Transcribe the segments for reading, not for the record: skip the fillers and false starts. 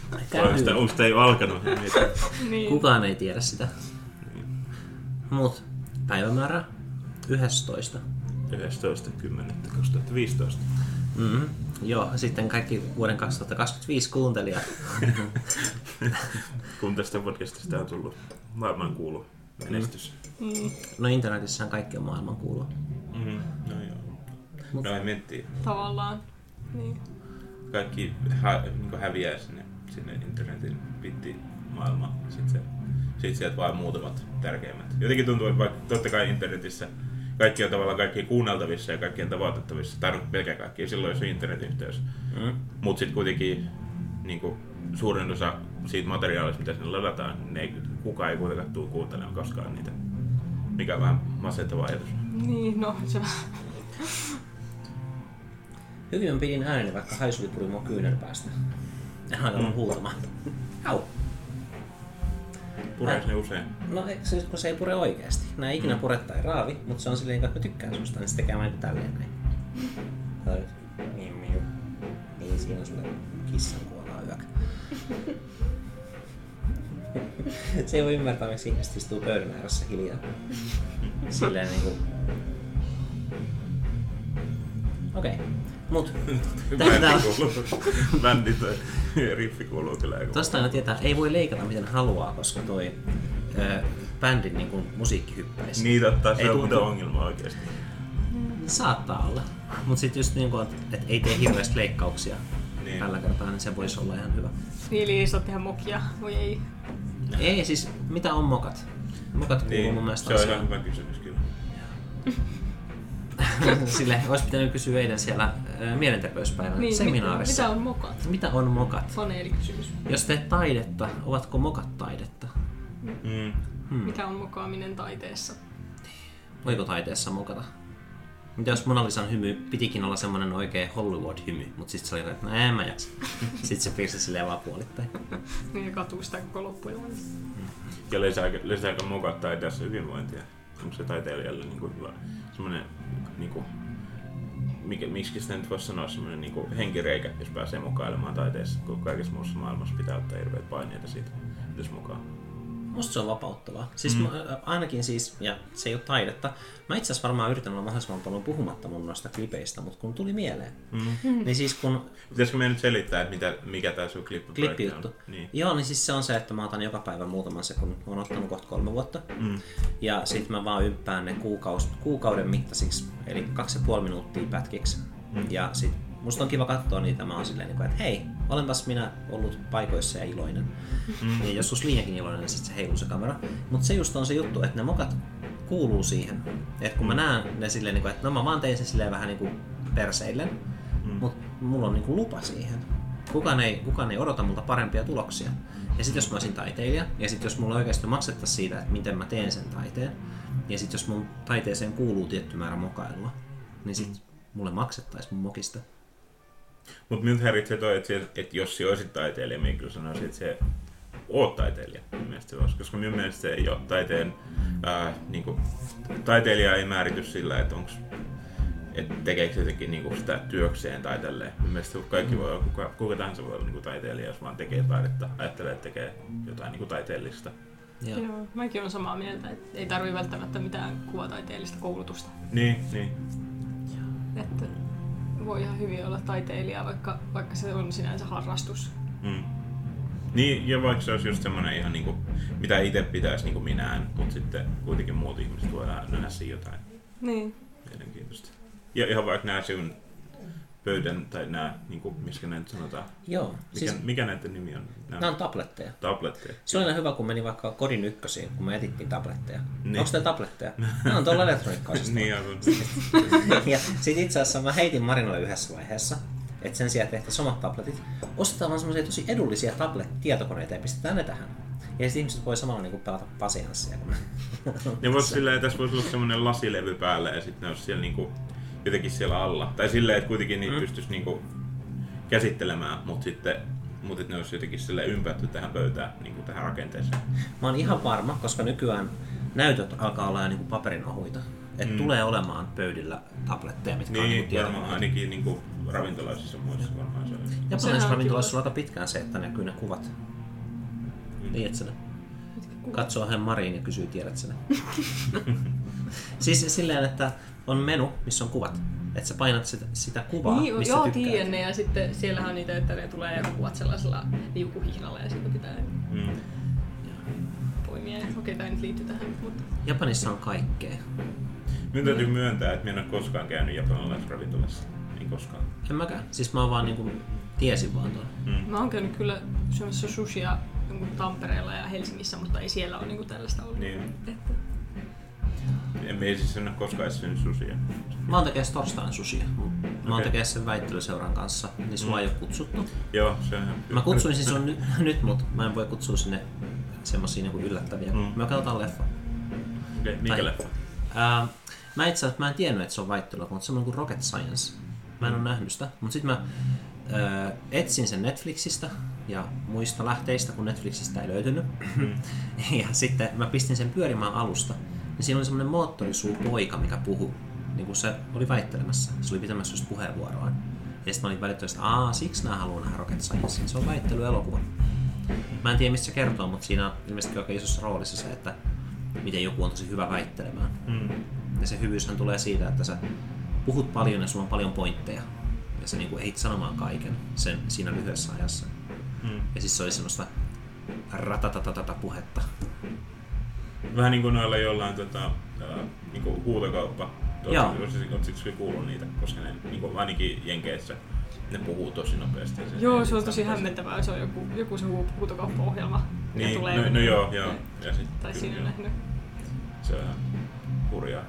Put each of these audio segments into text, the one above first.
Onko sitä ei alkanut? Niin. Kukaan ei tiedä sitä. Mut päivämäärä 11. 11.10.2015. Joo, sitten kaikki vuoden 2025 kuuntelijat. Kun tästä podcastista on tullut maailmankuulu menestys. No internetissähän kaikki on maailmankuulua. No joo. No ei miettii. Tavallaan. Niin. Kaikki niin häviää sinne internetin bittimaailmaan. Sitten sieltä vaan muutamat tärkeimmät. Jotenkin tuntuu, että vaikka totta kai internetissä kaikki on tavallaan kaikki kuunneltavissa ja kaikki on tavoitettavissa. Tai melkein kaikki, ja silloin jos on internetyhteys. Mutta sitten kuitenkin niin kuin, suurin osa siitä materiaalista, mitä sinne ladataan, kukaan ei kuitenkaan tule kuuntelemaan koskaan niitä. Mikä on vähän masentava ajatus. Niin, no se Hyvin mä pidin ääneni, vaikka haisuli puri mua kyynärpäästä. En alkanut huutamaan. Au! Pureeko ne usein? No kun se ei pure oikeasti. Nää ei ikinä pure tai raavi, mutta se on silleen, että mä tykkään susta, niin se tekee vaan tälleen näin. Niin, siinä on sulle kissan kuolaa yökä. Se ei voi ymmärtää, miksi ihmiset istuu pöydän ääressä hiljaa. Silleen niinku... Okei. Mut Bändi tai riffi kuuluu kyllä. Tosta aina tietää, ei voi leikata miten haluaa, koska toi bändin niinku musiikki hyppäisi. Niin totta, se on muuten ongelma oikeesti. Saattaa olla. Mut sit just niinku, et ei tee hirveästi leikkauksia niin. Tällä kertaa, niin se voisi olla ihan hyvä. Niin, eli sä oot ihan mokia, voi ei. Ei siis, mitä on mokat? Mokat kuuluu niin, mun mielestä se on ihan hyvä kysymys kyllä. Sille olisi pitänyt kysyä eilen siellä mielenterveyspäivän niin, seminaarissa. Mitä on mokat? Mitä on mokat? Paneelikysymys. Jos teet taidetta, ovatko mokat taidetta? Mikä on mokaaminen taiteessa? Voiko taiteessa mokata? Mitä jos Mona Lisan hymy pitikin olla semmonen oikein Hollywood-hymy, mutta sitten se oli, että no en mä jaksa. Sitten se piirsi silleen vaan puolittain. Niin ja katuu sitä koko loppuilman. Ja lisääkö mokat taiteessa hyvinvointia? Onko se taiteilijalle niinku hyvä semmoinen, niinku, miksi sitä nyt voisi sanoa, semmoinen niinku henkireikä, jos pääsee mokailemaan taiteessa, kun kaikessa muussa maailmassa pitää ottaa hirveät paineita siitä, jos mukaan. Musta se on vapauttavaa. Siis ainakin siis, ja se ei ole taidetta. Mä itse asiassa varmaan yritän olla mahdollisimman paljon puhumatta mun noista klipeistä, mutta kun tuli mieleen. Niin siis kun... Pitäisikö meidän nyt selittää, että mikä tää sun klippijuttu on? Niin. Joo, niin siis se on se, että mä otan joka päivä muutaman sekunnin. Mä oon ottanut kohta 3 vuotta. Ja sit mä vaan ympään ne kuukauden mittaisiksi, eli 2,5 minuuttia pätkiksi. Ja sit musta on kiva katsoa niitä, mä oon silleen, että hei, olenpas minä ollut paikoissa ja iloinen. Ja joskus liiankin iloinen, niin sit se heiluu se kamera. Mut se just on se juttu, että ne mokat kuuluu siihen. Että kun mä näen ne silleen, että no mä vaan tein se silleen vähän niinku perseillen, mut mulla on niinku lupa siihen. Kukaan ei odota multa parempia tuloksia. Ja sit jos mä olisin taiteilija, ja sit jos mulla oikeasti maksettaisiin siitä, että miten mä teen sen taiteen, ja sit jos mun taiteeseen kuuluu tietty määrä mokailua, niin sit mulle maksettaisiin mun mokista. Mutta minut häiritsee toi, että jos sinä olisit taiteilija, minä kyllä sanoisin, että se oot taiteilija. Koska minun mielestä se ei ole taiteen... niinku, taiteilija ei määrity sillä, että tekeekö se jotenkin niinku sitä työkseen tai tälleen. Minun mielestä kaikki voi olla, kuka tahansa voi olla niinku taiteilija, jos vaan tekee taidetta, ajattelee, että tekee jotain niinku taiteellista. Joo, mäkin olen samaa mieltä, että ei tarvitse välttämättä mitään kuvataiteellista koulutusta. Niin. Että voi ihan hyvin olla taiteilija, vaikka se on sinänsä harrastus. Niin, ja vaikka se olisi just semmoinen ihan niinku, mitä itse pitäisi niinku minään, mutta sitten kuitenkin muut ihmiset voi nähdä siinä jotain. Niin. Mielenkiintoista. Ja ihan vaikka nämä sinun pöydän, tai nämä, niinku, miskä näitä sanotaan? Joo. Mikä näiden nimi on? Nämä on tabletteja. Tabletteja. Se oli aina hyvä, kun meni vaikka kodin ykkösiin, kun me etittiin tabletteja. Niin. Onko teillä tabletteja? Ne on tuolla elektroniikkaosasta. Niin on. Ja sit itse asiassa mä heitin Marinalle yhdessä vaiheessa, että sen sijaan, että tehtäisiin omat tabletit, ostetaan vaan semmoisia tosi edullisia tietokoneita ja pistetään ne tähän. Ja sitten ihmiset voi samalla niinku pelata pasianssia. Ja voisi silleen, tässä voisi olla semmoinen lasilevy päällä ja sitten ne olisi siellä niinku, jotenkin siellä alla. Tai silleen, että kuitenkin niitä pystyisi niinku käsittelemään, mutta ne olisi jotenkin silleen ympätty tähän pöytään, niinku tähän rakenteeseen. Mä oon ihan varma, koska nykyään näytöt alkaa olla jo niinku paperinohuita. Että tulee olemaan pöydillä tabletteja, mitkä on niinku varmaan ainakin niinku ravintolaisissa muissa varmaan se on. Japanilaisissa ravintoloissa on aika pitkään se, että näkyy ne kuvat. Tiedätkö ne? Katsoo hän Mariin ja kysyy, tiedät sen. Siis silleen, että on menu, missä on kuvat. Että sä painat sitä kuvaa, niin, mistä joo, tykkäät. tiedän ne, ja sitten siellähän on niitä, että ne tulee kuvat sellaisella liukuhihnalla ja siitä pitää poimia. Okei, tämä nyt liittyy tähän. Mutta... Japanissa on kaikkea. Minun täytyy myöntää, että minä en ole koskaan käynyt japanilaisessa ravintolassa. Ei koskaan. En mäkään. Siis mä vaan niinku tiesin vaan tuon. Mä oon käynyt kyllä syömässä sushia Tampereella ja Helsingissä, mutta ei siellä ole niinku tällaista ollut. Niin. Että... Emme ei siis ole koskaan edes syönyt sushia. Mä oon tekemässä torstain sushia. Mä oon tekemässä sen väittelyseuran kanssa, niin sua ei oo kutsuttu. Joo, se on. Mä kutsuisin sun nyt, mutta mä en voi kutsua sinne semmosia niinku yllättäviä. Me katsotaan leffa. Okei, mikä leffa? Mä itse asiassa en tiennyt, että se on väittelyä, mutta semmoinen kuin Rocket Science. Mä en ole nähnyt sitä, mutta sitten mä etsin sen Netflixistä ja muista lähteistä, kun Netflixistä ei löytynyt. Ja sitten mä pistin sen pyörimään alusta. Ja siinä oli semmoinen moottorisuupoika, mikä puhui. Niin kuin se oli väittelemässä. Se oli pitämässä just puheenvuoroa. Ja sitten mä olin välittömästi, että siksi nää haluaa nähdä Rocket Science. Se on väittelyelokuva. Mä en tiedä, mistä se kertoo, mutta siinä on ilmeisesti aika isossa roolissa se, että miten joku on tosi hyvä väittelemään. Ja se hyvyyshän tulee siitä, että sä puhut paljon ja sulla on paljon pointteja. Ja sä niinku ehdit sanomaan kaiken siinä lyhyessä ajassa. Ja siis se oli semmoista ratatatata puhetta. Vähän niin kuin noilla jollain niinku huutokauppa. Oletko kuullut niitä, koska ne niinku ainakin Jenkeissä ne puhuu tosi nopeasti. Joo, se on tosi hämmentävää. Se on joku se huutokauppa-ohjelma. Niin, no joo. Ja sit, tai siinä nähnyt. Se on ihan hurjaa.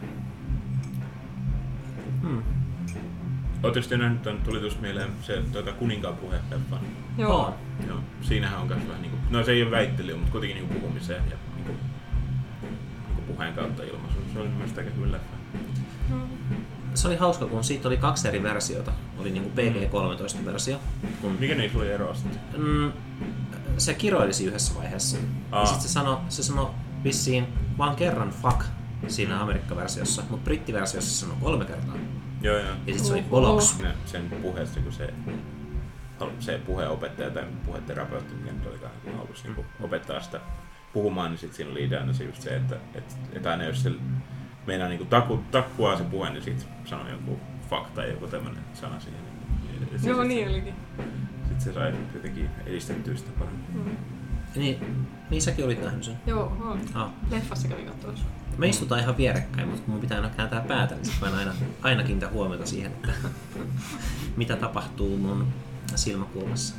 Oletteko te nähnyt, tuli tuossa mieleen se Kuninkaan puhe-leffan? Joo. Joo. Siinähän on myös vähän niinku, no se ei ole väittelyä, mutta kuitenkin niinku puhumiseen ja niinku puheen kautta ilmaisu. Se oli myös aika hyvä leffa. Se oli hauska, kun siitä oli 2 eri versiota. Oli niinku PG-13-versio. Mikä niissä oli eroa sitten? Se kiroilisi yhdessä vaiheessa. Ja sitten se sanoi vissiin vaan kerran fuck siinä Amerikka-versiossa, mutta brittiversiossa se sanoi 3 kertaa. Joo. Ja sitten se oli bollocks. Sen puheessa, kun se puheenopettaja tai puheterapeutti, mikä nyt olikaan halusi niin opettaa sitä puhumaan, niin sitten siinä oli ideana se just se, että aina jos se meinaa niin takkuaa se puhe, niin sitten sanoo joku fuck tai joku tämmöinen sana siihen. Joo, niin olikin. Sitten se sai jotenkin edistettyä sitä paremmin. Niin säkin olit nähnyt sen? Joo, olen. Leffassa kävin katsomassa. Me istutaan ihan vierekkäin, mutta kun mun pitää aina kääntää päätä, niin sitten mä aina kiinnitän huomiota siihen, että mitä tapahtuu mun silmäkulmassa.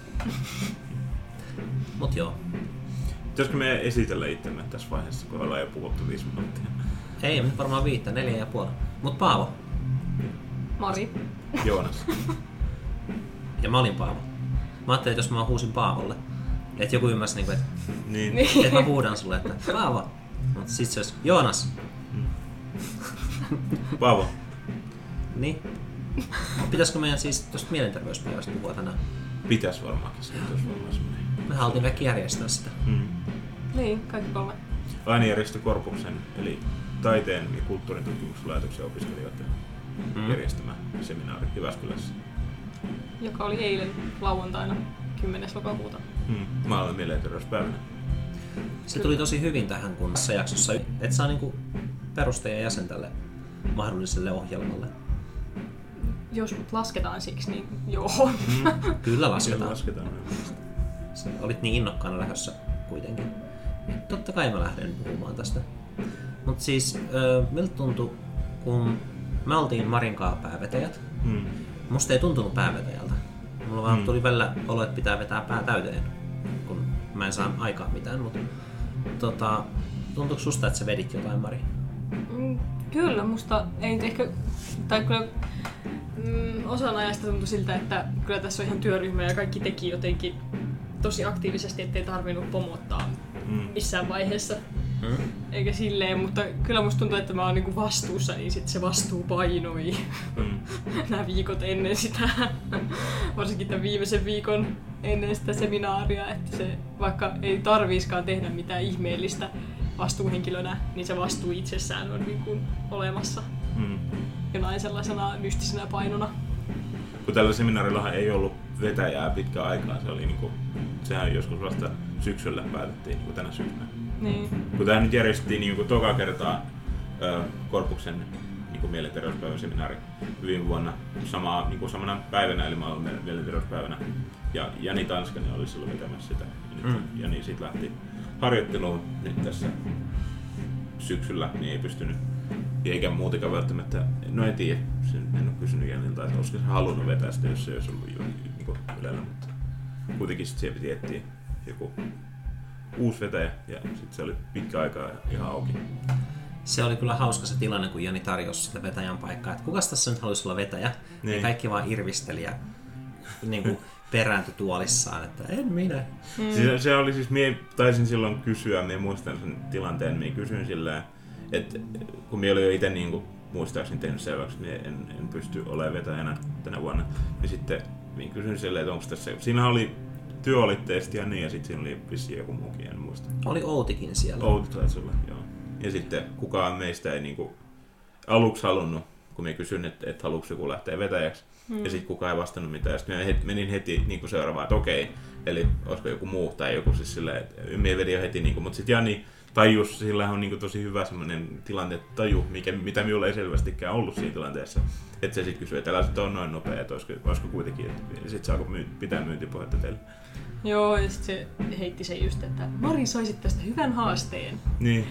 Mut joo. Pitäisikö me esitellä itsemme tässä vaiheessa, kun ollaan jo puhuttu 5 minuuttia? Ei, nyt varmaan 5, 4,5. Mut Paavo. Mari. Joonas. Ja mä olin Paavo. Mä ajattelin, että jos mä huusin Paavolle, että joku ymmärsi, että mä huudan sulle, että Paavo. Mutta sit se olisi Joonas. Paavo. Niin. Pitäisikö meidän siis tuosta mielenterveyspäivästä puhua tänään? Pitäis varmaankin. Se olisi varmaan semmoinen. Me haluttiin kaikki järjestää sitä. Niin, kaikki 3. Ainejärjestö Korpuksen, eli taiteen ja kulttuurin tutkimuslaitoksen opiskelijoiden järjestämä seminaari Jyväskylässä. Joka oli eilen lauantaina 10. lokakuuta. Maailman mielenterveyspäivänä. Se tuli tosi hyvin tähän kunnassa jaksossa, että saa niinku perustajan jäsen tälle mahdolliselle ohjelmalle. Jos mut lasketaan siksi, niin joo. Kyllä lasketaan. Kyllä Olit niin innokkaana lähdössä kuitenkin. Totta kai mä lähden puhumaan tästä. Mut siis, miltä tuntui, kun me oltiin Marin kanssa päävetäjät. Musta ei tuntunut päävetäjältä. Mulla vaan tuli välillä olo, että pitää vetää pää täyteen, kun mä en saa aikaan mitään. Mutta tuntuuko susta, että sä vedit jotain, Mari? Kyllä, musta ei nyt ehkä, tai kyllä osan ajasta tuntui siltä, että kyllä tässä on ihan työryhmä ja kaikki teki jotenkin tosi aktiivisesti, ettei tarvinnut pomottaa missään vaiheessa. Eikä silleen, mutta kyllä musta tuntuu, että mä oon niinku vastuussa, niin sit se vastuu painoi nämä viikot ennen sitä, varsinkin tämän viimeisen viikon ennen sitä seminaaria, että se vaikka ei tarviiskaan tehdä mitään ihmeellistä vastuuhenkilönä, niin se vastuu itsessään on niin kuin olemassa jonain sellaisena mystisenä painona. kun tällä seminaarillahan ei ollut vetäjää pitkään aikaa, se oli niinku, sehän joskus vasta syksyllä päätettiin niinku tänä syksynä. Niin. Kun tämä nyt järjestettiin niinku toka kertaa Korpuksen niinku mielenterveyspäivän seminaari viime vuonna samana päivänä, eli maailman mielenterveyspäivänä. Ja Jani Tanskanen oli silloin vetämässä sitä. Jani sitten lähti harjoitteluun nyt tässä syksyllä, niin ei pystynyt. Eikä muutikaan välttämättä, no en tiedä, en ole kysynyt Janilta, että olisiko se halunnut vetää sitä, jos se olisi ollut niin Ylellä, mutta kuitenkin sitten siellä piti etsiä joku uusi vetäjä ja sitten se oli pitkä aikaa ihan auki. Se oli kyllä hauska se tilanne, kun Jani tarjosi sitä vetäjän paikkaa, että kukas tässä nyt haluaisi olla vetäjä, niin. Ja kaikki vaan irvisteli ja niin kuin perääntyi tuolissaan, että en minä. Se oli siis, mie taisin silloin kysyä, mie muistan sen tilanteen, mie kysyin sillä, että kun mie olin jo itse niin muistaakseni tehnyt selväksi, että en pysty olemaan vetäjänä tänä vuonna, niin sitten mie kysyin sillä, että onko tässä, siinä oli työolitteesti ja niin, ja sitten siinä oli vissiin joku muukin, en muista. Oli Outikin siellä. Outi taisi olla, joo. Ja sitten kukaan meistä ei niinku aluksi halunnut, kun minä kysyin, että haluatko joku lähteä vetäjäksi. Ja sitten kukaan ei vastannut mitään. Ja sitten menin heti niinku seuraavaan, että okei, eli olisiko joku muu tai joku siis silleen, että minä vedin jo heti. Niinku, mutta sitten Jani tajus, sillä on niinku tosi hyvä semmoinen tilantetaju, mitä minulla ei selvästikään ollut siinä tilanteessa. Että se sitten kysyi, että älä sitten ole noin nopea, että olisiko kuitenkin, että sitten saako pitää myyntipuhetta teille. Joo, ja sitten se heitti sen just, että Mari, saisit tästä hyvän haasteen. Niin.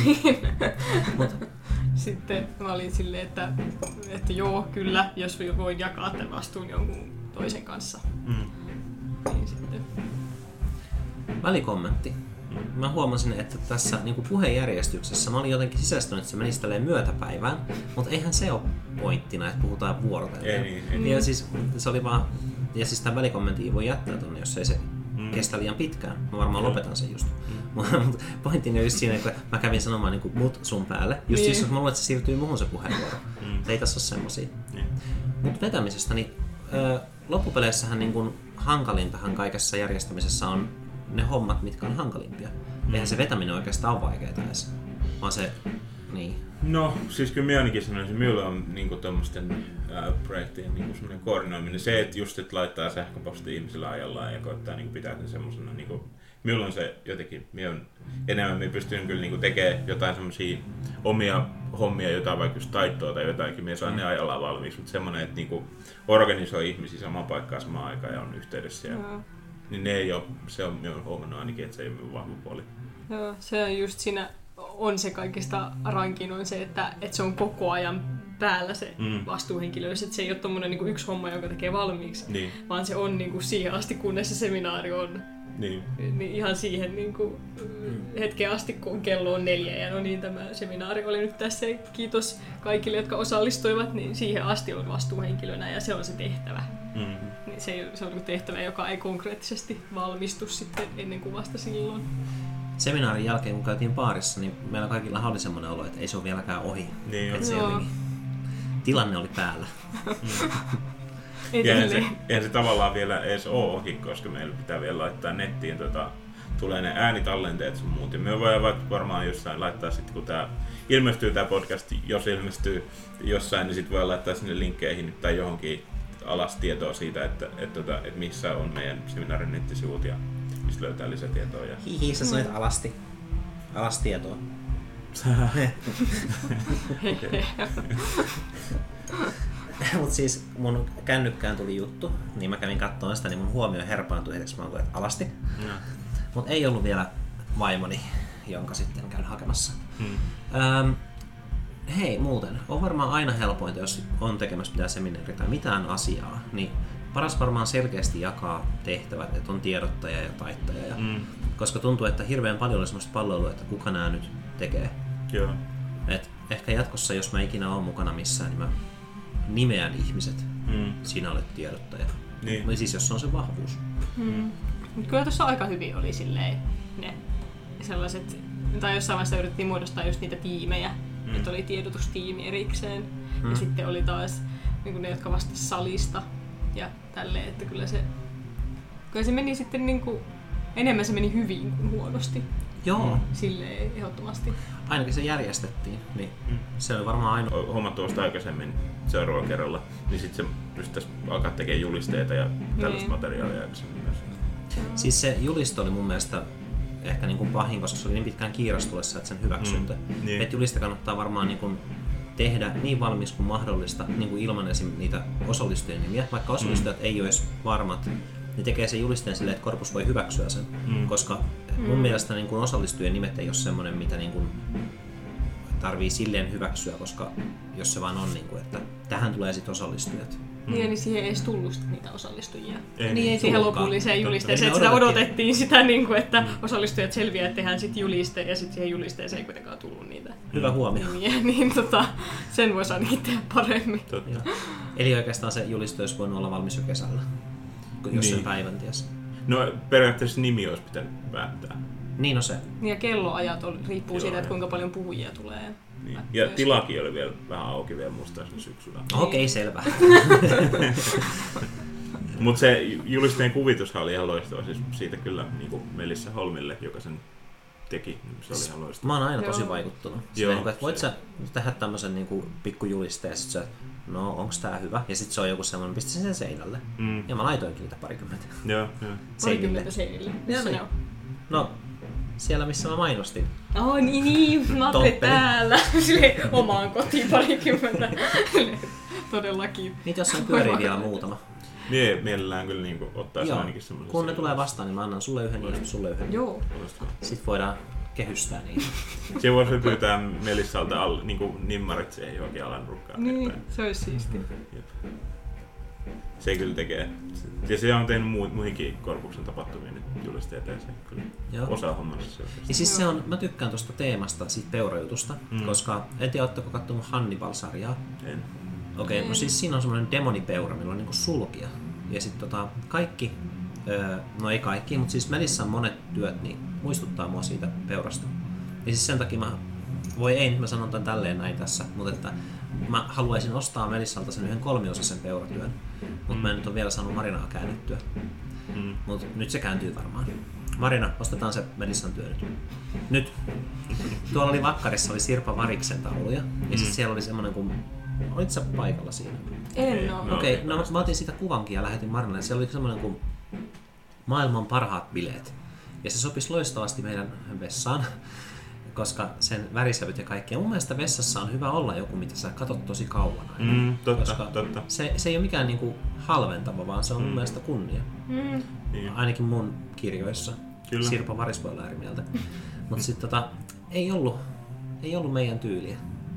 Sitten mä olin silleen, että joo, kyllä, jos voin jakaa tämän vastuun jonkun toisen kanssa. Niin sitten. Välikommentti. Mä huomasin, että tässä niin kuin puheenjärjestyksessä mä olin jotenkin sisäistynyt, että se menisi tälleen myötäpäivään, mutta eihän se ole pointtina, että puhutaan vuorotellen. Ei. Ja siis se oli vaan, ja siis tämän välikommentin ei voi jättää tonne, jos ei se kestä liian pitkään. Mä varmaan lopetan sen just. Mutta pointtini on just siinä, että mä kävin sanomaan niin kuin mut sun päälle. Just siis, jos mä luulen, että se siirtyy muuhun se puheenvuoro. Ei tässä ole semmosia. Mutta vetämisestä, niin loppupeleissähän niin kuin hankalintahan kaikessa järjestämisessä on ne hommat, mitkä on hankalimpia. Eihän se vetäminen oikeastaan ole vaikeaa edes. Vaan se, niin. No, siis kyllä minä ainakin sanoisin, että minulla on niinku tommosten projektien niinku semmoinen koordinoiminen. Se, että just et laittaa sähköpostia ihmisillä ajallaan ja koittaa niinku pitää sen semmosena niinku. Minulla on se jotenkin, minä pystyn kyllä niinku tekemään jotain semmosia omia hommia, jotain vaikka just taittoa tai jotainkin, minä saan ne ajallaan valmiiksi, mutta semmoinen, että niinku organisoi ihmisiä samaan paikkaan samaan aikaan ja on yhteydessä ja niin ne ei ole, se on minun huomannut ainakin, että se ei ole minun vahva puoli. Joo, se on just siinä, on se kaikista rankin on se, että se on koko ajan päällä se vastuuhenkilöys, että se ei ole tommonen niinku yksi homma, joka tekee valmiiksi, vaan se on niinku siihen asti, kunnes se seminaari on. Niin ihan siihen niinku hetken asti, kun kello on 4 ja no niin, tämä seminaari oli nyt tässä. Kiitos kaikille, jotka osallistuivat, niin siihen asti on vastuuhenkilönä ja se on se tehtävä. Niin se on tehtävä, joka ei konkreettisesti valmistu sitten ennen kuin vasta silloin. Seminaarin jälkeen, kun käytiin baarissa, niin meillä kaikilla oli semmoinen olo, että ei se ole vieläkään ohi. Niin että tilanne oli päällä. Eihän se tavallaan vielä edes ole ohi, koska meillä pitää vielä laittaa nettiin, tulee ne äänitallenteet sun muut. Ja me voidaan varmaan jossain laittaa sitten, kun ilmestyy tämä podcast, jos ilmestyy jossain, niin sitten voi laittaa sinne linkkeihin tai johonkin alas tietoa siitä, että missä on meidän seminaarin nettisivut ja mistä löytää lisätietoa. Ja... Hihi, sä sanoit alas tietoa. Mut siis mun kännykkään tuli juttu, niin mä kävin katsomaan sitä, niin mun huomio herpaantui hetkeksi, mä oon alasti. Mut ei ollut vielä vaimoni, jonka sitten käyn hakemassa. Hei, muuten, on varmaan aina helpointa, jos on tekemässä mitään seminaaria tai mitään asiaa, niin paras varmaan selkeästi jakaa tehtävät, että on tiedottaja ja taittaja. Koska tuntuu, että hirveän paljon on semmoista palvelua, että kuka nää nyt tekee. Joo. Et ehkä jatkossa, jos mä ikinä oon mukana missään, niin mä nimeän ihmiset. Sinä olet tiedottaja. Niin. Siis jos se on se vahvuus. Kyllä tuossa aika hyvin oli silleen ne sellaiset, tai jossain vaiheessa yritettiin muodostaa just niitä tiimejä. Että oli tiedotustiimi erikseen. Ja sitten oli taas niin ne, jotka vastasivat salista ja tälleen, että kyllä se meni sitten niinku enemmän se meni hyvin kuin huonosti. Joo. Silleen ehdottomasti. Ainakin se järjestettiin, niin se oli varmaan ainoa. Hommattu vasta aikaisemmin seuraavalla kerralla, niin sitten se pystyisi alkaa tekemään julisteita ja tällaista materiaalia. Siis se juliste oli mun mielestä ehkä niin kuin pahin, koska se oli niin pitkään kiirastulessa, että sen hyväksyntä. Niin. Että juliste kannattaa varmaan niin kuin tehdä niin valmis kuin mahdollista niin kuin ilman esim. Niitä osallistujien nimiä. Vaikka osallistujat ei ole edes varmat, niin tekee sen julisteen silleen, että korpus voi hyväksyä sen. Koska mun mielestä niin kuin osallistujien nimet ei ole semmoinen, mitä niin kuin tarvii silleen hyväksyä, koska jos se vaan on, niin kuin, että tähän tulee sitten osallistujat. Niin siihen ei edes tullut niitä osallistujia. Ei niin siihen lopulliseen julisteeseen, että sitä odotettiin sitä, että osallistujat selviää, että tehdään sitten juliste, ja sitten siihen julisteeseen ei kuitenkaan tullut niitä Hyvä huomio. nimiä, niin sen voisi ainakin tehdä paremmin. Eli oikeastaan se juliste olisi voinut olla valmis jo kesällä, jos sen päivän tiesi. No periaatteessa nimi olisi pitänyt päättää. Niin on se. Ja kelloajat riippuu siitä, että kuinka paljon puhujia tulee. Niin. Ja tilakin oli vielä vähän auki vielä muistaakseni syksyllä. Okei, selvä. Mutta se julisteen kuvitushan oli ihan loistava. Siis siitä kyllä niin Melissa Holmille, joka sen teki, se oli ihan loistava. Mä oon aina tosi vaikuttunut. Joo, että voit sä tehdä tämmösen niin pikkujulisteen ja sit sä, no onks tää hyvä? Ja sit se on joku semmonen, pistä sen seinälle. Ja mä laitoinkin niitä parikymmentä. Joo. Parikymmentä seinille. Missä ne on? No, siellä missä mä mainostin. Niin, mä ajattelin täällä. Silleen omaan kotiin parikymmentä. Todellakin. Niitä jossain pyörii vielä muutama. Mie mielellään kyllä niin ottaa sen ainakin semmoisen. Kun ne tulee vastaan, niin mä annan sulle yhden ja sulle yhden. Joo. Sitten voidaan kehystää niitä. Siihen voisi pyytää Melissalta niin nimmarit siihen johonkin alan nurkkaan. Niin, se olisi siistiä. Se kyllä tekee. Ja se on tehnyt muihinkin korpuksen tapahtumiin nyt julisteita ja se kyllä osaa hommassa. Ja siis se on, mä tykkään tuosta teemasta, siitä peurajutusta, koska en tiedä, ootteko kattonut Hannibal-sarjaa? En. Okei, no siis siinä on semmoinen demonipeura, millä on niinku sulkia. Ja sitten kaikki, no ei kaikki, mutta siis Melissan monet työt niin muistuttaa mua siitä peurasta. Ja siis sen takia nyt mä sanon tämän tälleen näin tässä, mutta että mä haluaisin ostaa Melissalta sen yhden 3-osaisen peuratyön, mutta mä en nyt ole vielä saanut Marinaa käännettyä. Mutta nyt se kääntyy varmaan. Marina, ostetaan se Melissan työ nyt. Tuolla oli vakkarissa oli Sirpa Variksen tauluja, ja sitten siellä oli semmoinen kuin... Olit sä paikalla siinä? En oo. Okei, no mä otin siitä kuvankin ja lähetin Marinalle. Siellä oli semmoinen kuin maailman parhaat bileet. Ja se sopisi loistavasti meidän vessaan, koska sen värisävyt ja kaikki. Ja mun mielestä vessassa on hyvä olla joku, mitä sä katot tosi kauan aina. Totta. Se ei ole mikään niinku halventava, vaan se on mun mielestä kunnia. Niin. Ainakin mun kirjoissa. Kyllä. Sirpa Varis voi olla eri mieltä. Mutta sitten ei ollut meidän tyyliä.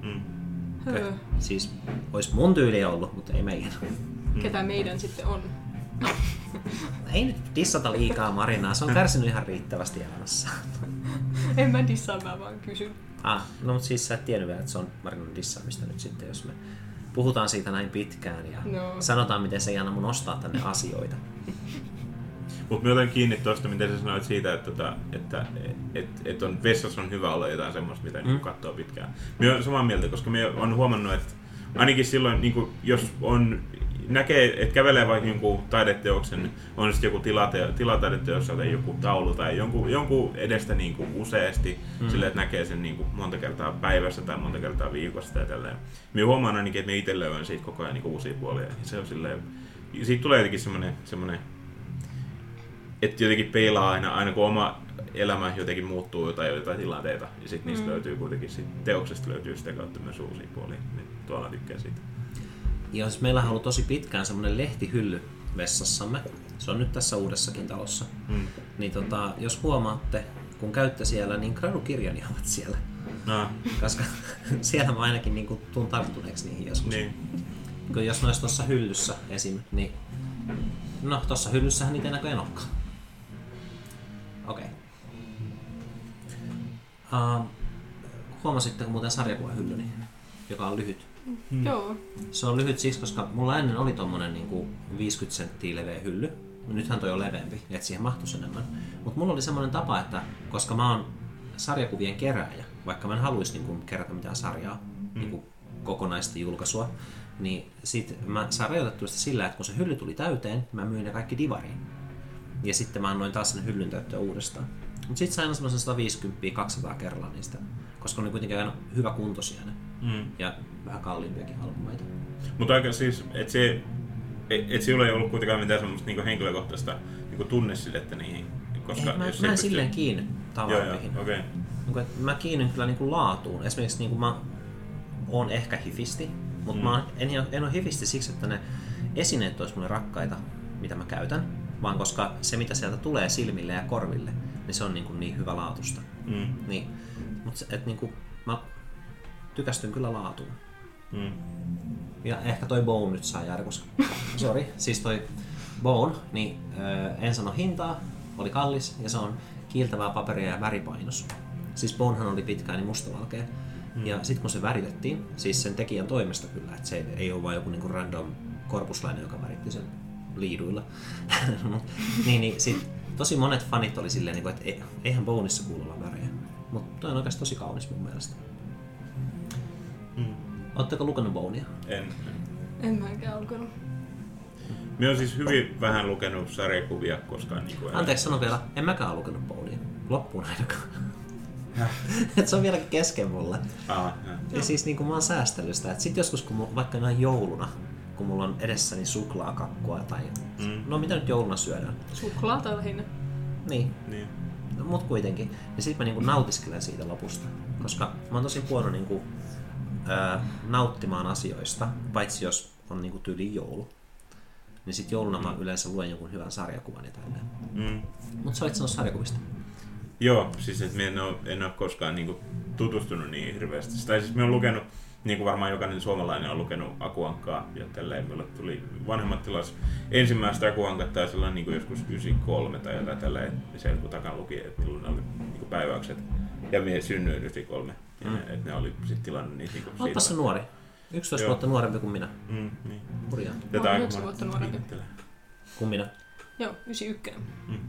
Siis olisi mun tyyliä ollut, mutta ei meidän. Ketä meidän sitten on? Ei nyt dissata liikaa Marinaa, se on kärsinyt ihan riittävästi elämässä. En mä dissaa, mä vaan kysyn. No mutta siis sä et tiennyt vielä, että se on Marinan dissaamista nyt sitten, jos me puhutaan siitä näin pitkään ja sanotaan, miten se ei anna mun ostaa tänne asioita. Mutta mä otan kiinni tuosta, miten sä sanoit siitä, että on, vessassa on hyvä olla jotain semmoista, mitä niin katsoo pitkään. Mä oon samaa mieltä, koska mä oon huomannut, että ainakin silloin, niin jos näkee, että kävelee vaikka jonkun taideteoksen, on sitten joku tilataideteos tai joku taulu tai jonkun edestä niin kuin useasti, silleen, että näkee sen niin kuin monta kertaa päivässä tai monta kertaa viikossa tai tälleen. Mä huomaan ainakin, että mä itse löydän siitä koko ajan niin kuin uusia puolia. Ja se on silleen, siitä tulee jotenkin semmoinen että jotenkin peilaa aina kun oma elämä jotenkin muuttuu jotain tilanteita, ja sitten niistä löytyy kuitenkin, teoksesta löytyy sitä kautta myös uusia puolia, niin tuolla tykkää siitä. Jos meillä on ollut tosi pitkään semmoinen lehtihylly vessassamme, se on nyt tässä uudessakin talossa, niin jos huomaatte, kun käytte siellä, niin gradukirjani ovat siellä. Koska siellä mä ainakin niin tuun tarttuneeksi niihin joskus. Niin. Jos ne olisi tuossa hyllyssä esim, niin no tuossa hyllyssähän niitä ei näköjään olekaan. Okei. Huomasitteko muuten sarjakuvahyllyni, joka on lyhyt? Joo. Se on lyhyt siksi, koska mulla ennen oli tommonen niinku 50 senttiä leveä hylly. Nythän toi on leveämpi, että siihen mahtuisi enemmän. Mutta mulla oli semmoinen tapa, että koska mä oon sarjakuvien kerääjä, vaikka mä en haluaisi niinku kerätä mitään sarjaa, niinku kokonaista julkaisua, niin sit mä saan rajoitettua sitä sillä, että kun se hylly tuli täyteen, mä myin ne kaikki divariin. Ja sitten mä annoin taas sen hyllyn täyttöä uudestaan. Mutta sitten sain semmoisen 150-200 kerralla niistä, koska ne kuitenkin aina hyvä kuntoisia ne. Ja vähän kalliimpiakin albumeita. Mutta aika siis, että sinulla ei ollut kuitenkaan mitään semmoista niinku henkilökohtaista niinku tunnesidettä niihin. Koska ei, mä en silleen kiinni tavaroihin. Okay. Mä kiinnyn kyllä niinku laatuun. Esimerkiksi niinku mä oon ehkä hifisti, mutta mä en ole hifisti siksi, että ne esineet olisi mulle rakkaita, mitä mä käytän, vaan koska se, mitä sieltä tulee silmille ja korville, niin se on niin hyvä laatusta. Niin, mutta niinku, mä tykästyn kyllä laatuun. Ja ehkä toi Bone nyt saa jäädä, koska sori, siis toi Bone, niin en sano hintaa, oli kallis ja se on kiiltävää paperia ja väripainos. Siis Bonehan oli pitkään niin mustavalkea. Ja sitten kun se väritettiin, siis sen tekijän toimesta kyllä, että se ei ole vain joku niinku random korpuslainen, joka väritti sen liiduilla. niin sit tosi monet fanit oli silleen, että eihän Boneissa kuulu olla värejä. Mutta toi on oikeasti tosi kaunis mun mielestä. Ootteko lukenut Bonea? En mäkään lukenut. Minä olen siis hyvin vähän lukenut sarjakuvia koskaan. Anteeksi, sano vielä, en mäkään ole lukenut Bonea. Loppuun ainakaan. Et se on vieläkin kesken mulle. Ja siis niin kuin mä oon säästellyt sitä, että sit joskus kun vaikka näin jouluna, kun mulla on edessäni suklaakakkua tai... No mitä nyt jouluna syödään? Suklaata lähinnä. Niin. No, mut kuitenkin. Ja sit mä niinku nautiskelen siitä lopusta. Koska mä oon tosi huono niinku, nauttimaan asioista, paitsi jos on niinku tyyli joulu. Niin sit jouluna mä yleensä luen jonkun hyvän sarjakuvan ja tälleen. Mut sä olit sanonut sarjakuvista. Joo, siis että en ole koskaan niinku tutustunut niin hirveästi. Tai siis mä oon lukenut, niin kuin varmaan jokainen suomalainen on lukenut Aku Ankkaa ja tälleen. Meillä tuli vanhemmat tilas ensimmäistä Aku Ankkaa tai sellainen niin kuin joskus 93 tai jotain tälleen. Ja siellä kun takan luki, että milloin oli niin päiväykset. Ja minä synnyin 93. Että ne oli sitten tilannut niitä niin siitä. Ootpas se nuori. 11 vuotta nuorempi kuin minä. Niin. Hurjaa. Mä oon 9 vuotta nuorempi. Kuin minä? Joo, 91.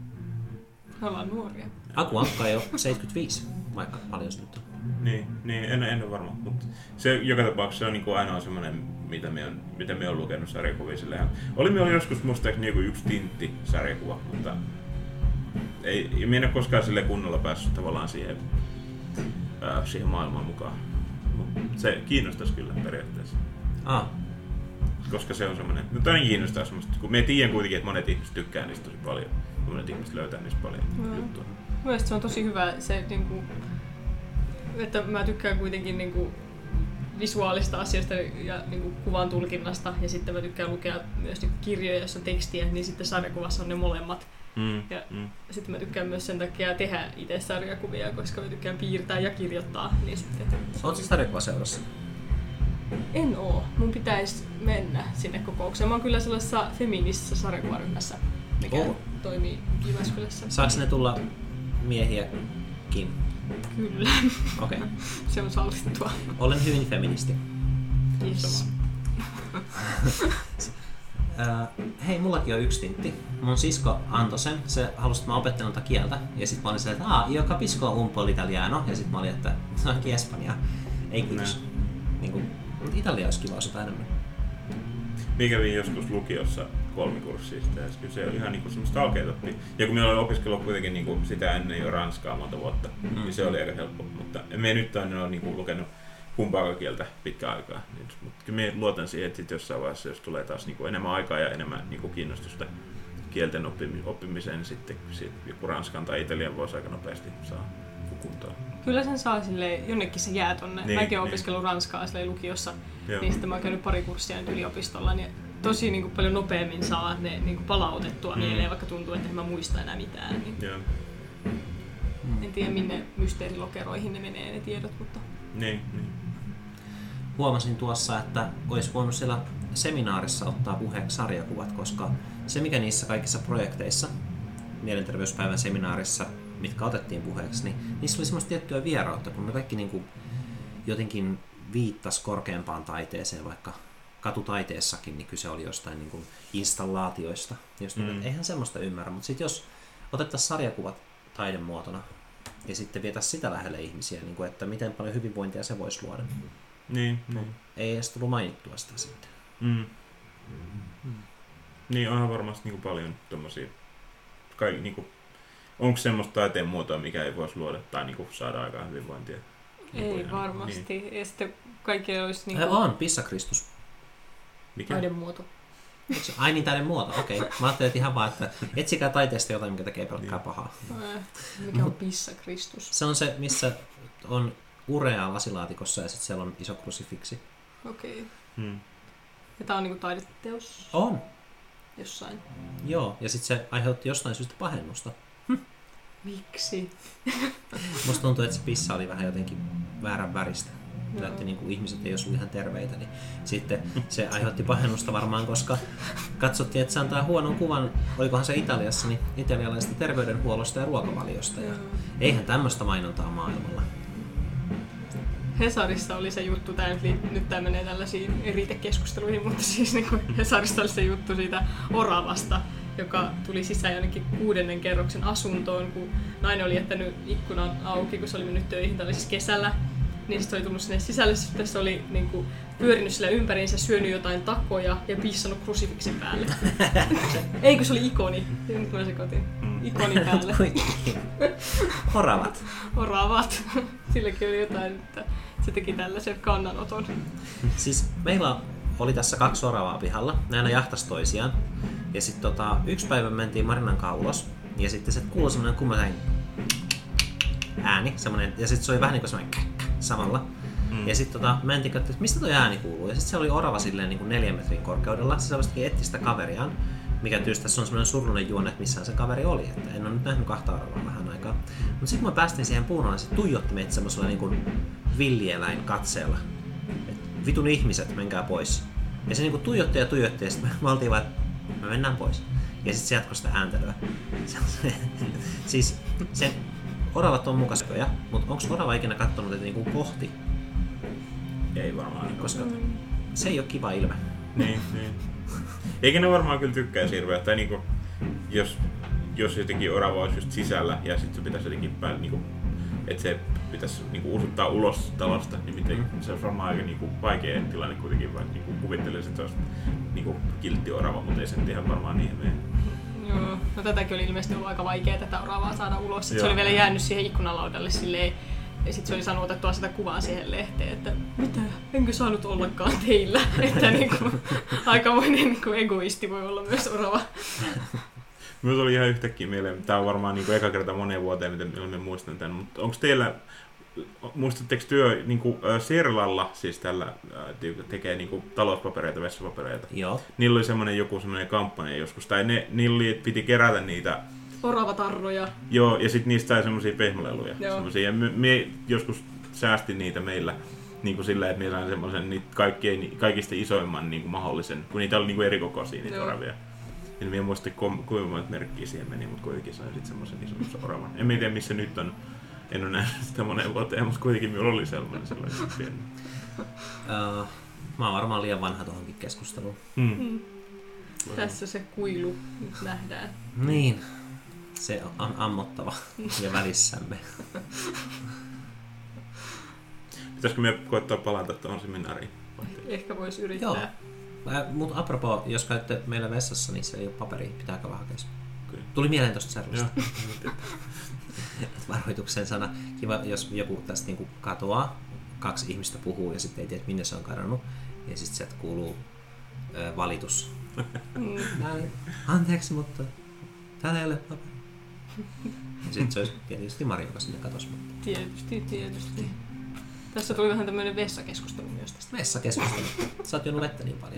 Me ollaan nuoria. Aku Ankka ei ole 75, vaikka paljon se nyt on. Niin en ole varma. Mutta se joka tapauksessa se on niinku ainoa semmoinen, mitä me on lukenut sarjakuvia silleen. Oli joskus muistaakseni joku yksi Tintti-sarjakuva, mutta minä en ole koskaan sille kunnolla päässyt tavallaan siihen maailmaan mukaan. Mut se kiinnostaisi kyllä periaatteessa. Koska se on semmoinen, no toinen kiinnostaa semmoista, kun me tiedän kuitenkin, että monet ihmiset tykkää niistä tosi paljon. Monet ihmiset löytää niistä paljon juttua. Mielestäni se on tosi hyvä se, niinku, että mä tykkään kuitenkin niinku, visuaalista asioista ja niinku, kuvan tulkinnasta. Ja sitten mä tykkään lukea myös niinku, kirjoja, joissa on tekstiä, niin sitten sarjakuvassa on ne molemmat. Sitten mä tykkään myös sen takia tehdä itse sarjakuvia, koska mä tykkään piirtää ja kirjoittaa. Niin oletko sarjakuvaseurassa? En oo. Mun pitäisi mennä sinne kokoukseen. Mä oon kyllä sellaisessa feministisessä sarjakuvaryhmässä, mikä toimii Jyväskylässä. Saako ne tulla miehiäkin? Kyllä. Okei. Se on sallittua. Olen hyvin feministi. Yes. Hei, mullakin on yksi tintti. Mun sisko antoi sen. Se halusi, että mä opettelen kieltä. Ja sit mä olin silleen, että io capisco un po' l'italiano. Ja sit mä olin, että se onkin Espanjaa. Ei kiitos. Mutta Italia olisi kiva osata enemmän. Minä kävin joskus lukiossa kolmikurssista ja se oli ihan niinku semmoista alkeet oppia. Ja kun minä olen opiskellut kuitenkin niinku sitä ennen jo ranskaa monta vuotta, niin se oli aika helppo. Mutta minä nyt ole niinku lukenut kumpaakaan kieltä pitkään aikaa. Mutta kyllä minä luotan siihen, että jossain vaiheessa, jos tulee taas niinku enemmän aikaa ja enemmän niinku kiinnostusta kielten oppimiseen, niin sitten joku ranskan tai italian voisi aika nopeasti saa kuntoon. Kyllä sen saa silleen, jonnekin se jää tonne. Mäkin olen opiskellut ranskaa lukiossa, niin sitten mä oon käynyt pari kurssia nyt yliopistolla. Niin tosi niin kuin, paljon nopeammin saa ne niin kuin, palautettua mieleen, vaikka tuntuu, että en mä muista enää mitään. Niin. En tiedä, minne mysteerilokeroihin ne menee ne tiedot, mutta... Niin. Huomasin tuossa, että olisi voinut siellä seminaarissa ottaa puheeksi sarjakuvat, koska se mikä niissä kaikissa projekteissa, mielenterveyspäivän seminaarissa, mitkä otettiin puheeksi, niin niissä oli semmoista tiettyä vierautta, kun ne kaikki niin kuin jotenkin viittasi korkeampaan taiteeseen, vaikka katutaiteessakin, niin kyse oli jostain niin kuin installaatioista. Eihän semmoista ymmärrä, mutta sitten jos otettaisiin sarjakuvat taidemuotona ja sitten vietäisiin sitä lähelle ihmisiä, niin kuin, että miten paljon hyvinvointia se voisi luoda. Niin. Ei edes tullut mainittua sitä sitten. Niin, onhan varmasti niin kuin paljon tommosia niinku, onko semmoista taiteen muotoa, mikä ei voisi luoda tai niinku, saada aikaan hyvinvointia? Ei varmasti. Niin. Ja sitten kaikilla olisi niinku... On, Pissa-Kristus. Mikä? Taidemuoto. Ai niin, taidemuoto, okei. Mä ajattelin ihan vaan, että etsikää taiteesta jotain, mikä tekee pelkkää pahaa. Mikä on Pissa-Kristus? Se on se, missä on urea lasilaatikossa ja sitten siellä on iso krusifiksi. Okei. Ja tää on niinku taideteos? On. Jossain. Joo, ja sitten se aiheutti jostain syystä pahennusta. Miksi? Musta tuntuu, että se pissa oli vähän jotenkin väärän väristä. Näytti niin kuin ihmiset ei olisi ihan terveitä, niin sitten se aiheutti pahennusta varmaan, koska katsottiin, että se antaa huonon kuvan, olikohan se Italiassa, niin italialaisesta terveydenhuollosta ja ruokavaliosta. Ja eihän tämmöistä mainontaa maailmalla. Hesarissa oli se juttu, nyt tämä menee tällaisiin eritekeskusteluihin, mutta siis niin kuin Hesarissa oli se juttu siitä oravasta, joka tuli sisään jonnekin 6. kerroksen asuntoon, kun nainen oli jättänyt ikkunan auki, kun se oli mennyt töihin, tämä oli siis kesällä. Niin sitten oli tullut sinne sisälle, sitten se oli niinku pyörinyt sillä ympäriinsä, syönyt jotain takoja ja pissannut krusifiksin päälle. Ei, kun se oli ikoni. Nyt mä sekoitin. Ikoni päälle. Oravat. Oravat. Silläkin oli jotain, että se teki tällaisen kannanoton. Siis meillä oli tässä 2 oravaa pihalla. Ne aina jahtasi toisiaan. Ja sitten yksi päivä mentiin Marinan kanssa ulos. Ja sitten se kuului semmoinen kummallinen ääni. Semmoinen, ja sitten se oli vähän niin kuin semmoinen samalla. Ja sitten mä en tiedä, että mistä toi ääni kuuluu. Ja sitten se oli orava silleen niin kuin 4 metrin korkeudella. Se selvästikin etsi sitä kaveriaan. Mikä tietysti tässä on semmoinen surullinen juone, että missään se kaveri oli. Että en ole nyt nähnyt 2 oravaa vähän aikaa. Mutta sitten kun mä päästin siihen puun alle, se tuijotti meitä semmoisella niin kuin villieläin katseella. Et vitun ihmiset, menkää pois. Ja se niin kuin tuijotti ja sitten me oltiin vaan, että me mennään pois. Ja sitten se jatkoi sitä ääntelyä. Siis sen oravat on mukaisia, mutta onko orava ikinä katsonut, että niinku kohti? Ei varmaan. Koska se ei ole kiva ilme. Niin. Eikä ne varmaan kyllä tykkää hirveä. Tai niinku, jos jotenkin orava olisi just sisällä ja sitten se pitäisi jotenkin niinku, että se pitäisi niinku usuttaa ulos talosta, niin se on varmaan aika niinku vaikea tilanne kuitenkin, vaikka niinku kuvittelisin, että se olisi niinku kiltti orava, mutta ei se nyt ihan varmaan niin mene. Joo, no tätäkin oli ilmeisesti ollut aika vaikea tätä oravaa saada ulos. Sitten se oli vielä jäänyt siihen ikkunalaudalle silleen, ja sitten se oli saanut otettua sitä kuvaa siihen lehteen, että mitä, enkö saanut ollakaan teillä. Että niinku, aikamoinen niinku egoisti voi olla myös orava. Myös oli ihan yhtäkkiä mieleen, tämä on varmaan niinku eka kerta moneen vuoteen, miten me muistan tämän, mutta onko teillä, muistatteko työ niinku Serlalla, siis tällä tekee niinku talouspapereita, vessapapereita? Joo. Niillä oli joku semmoinen kampanja joskus, tai niillä oli, että piti kerätä niitä oravatarroja. Joo, ja sitten niistä sai semmoisia pehmoleluja. Ja me joskus säästin niitä meillä niinku sillä, että me sain semmoisen niitä kaikista isoimman niinku mahdollisen, kun niitä oli niinku eri kokoisia niitä oravia. En minä muista kuinka monta merkkiä siihen meni, mutta kuitenkin sain sitten semmoisen ison oravan. En tiedä missä nyt on. En ole nähnyt sitä moneen vuoteen, mutta kuitenkin minulla oli sellainen pieni. Mä oon varmaan liian vanha tuohonkin keskusteluun. Tässä se kuilu nyt nähdään. Niin, se on ammottava ja välissämme. Pitäisikö me koettaa palata tuohon seminaariin? Ehkä voisi yrittää. Joo. Mutta apropos, jos käytte meillä vessassa, niin se ei ole paperia. Pitääkö vähän hakea? Tuli mieleen tuosta Serlasta. Varoituksen sana. Kiva, jos joku tästä niinku katoaa, 2 ihmistä puhuu ja sitten ei tiedä, minne se on kadonnut. Ja sitten sieltä kuuluu valitus. Anteeksi, mutta täällä ei ole paperia. Ja sitten se olisi tietysti Mari, joka sinne katosi. Tietysti. Tässä tuli vähän tämmöinen vessakeskustelu myös tästä. Vessakeskustelu. Sä oot juonut vettä niin paljon.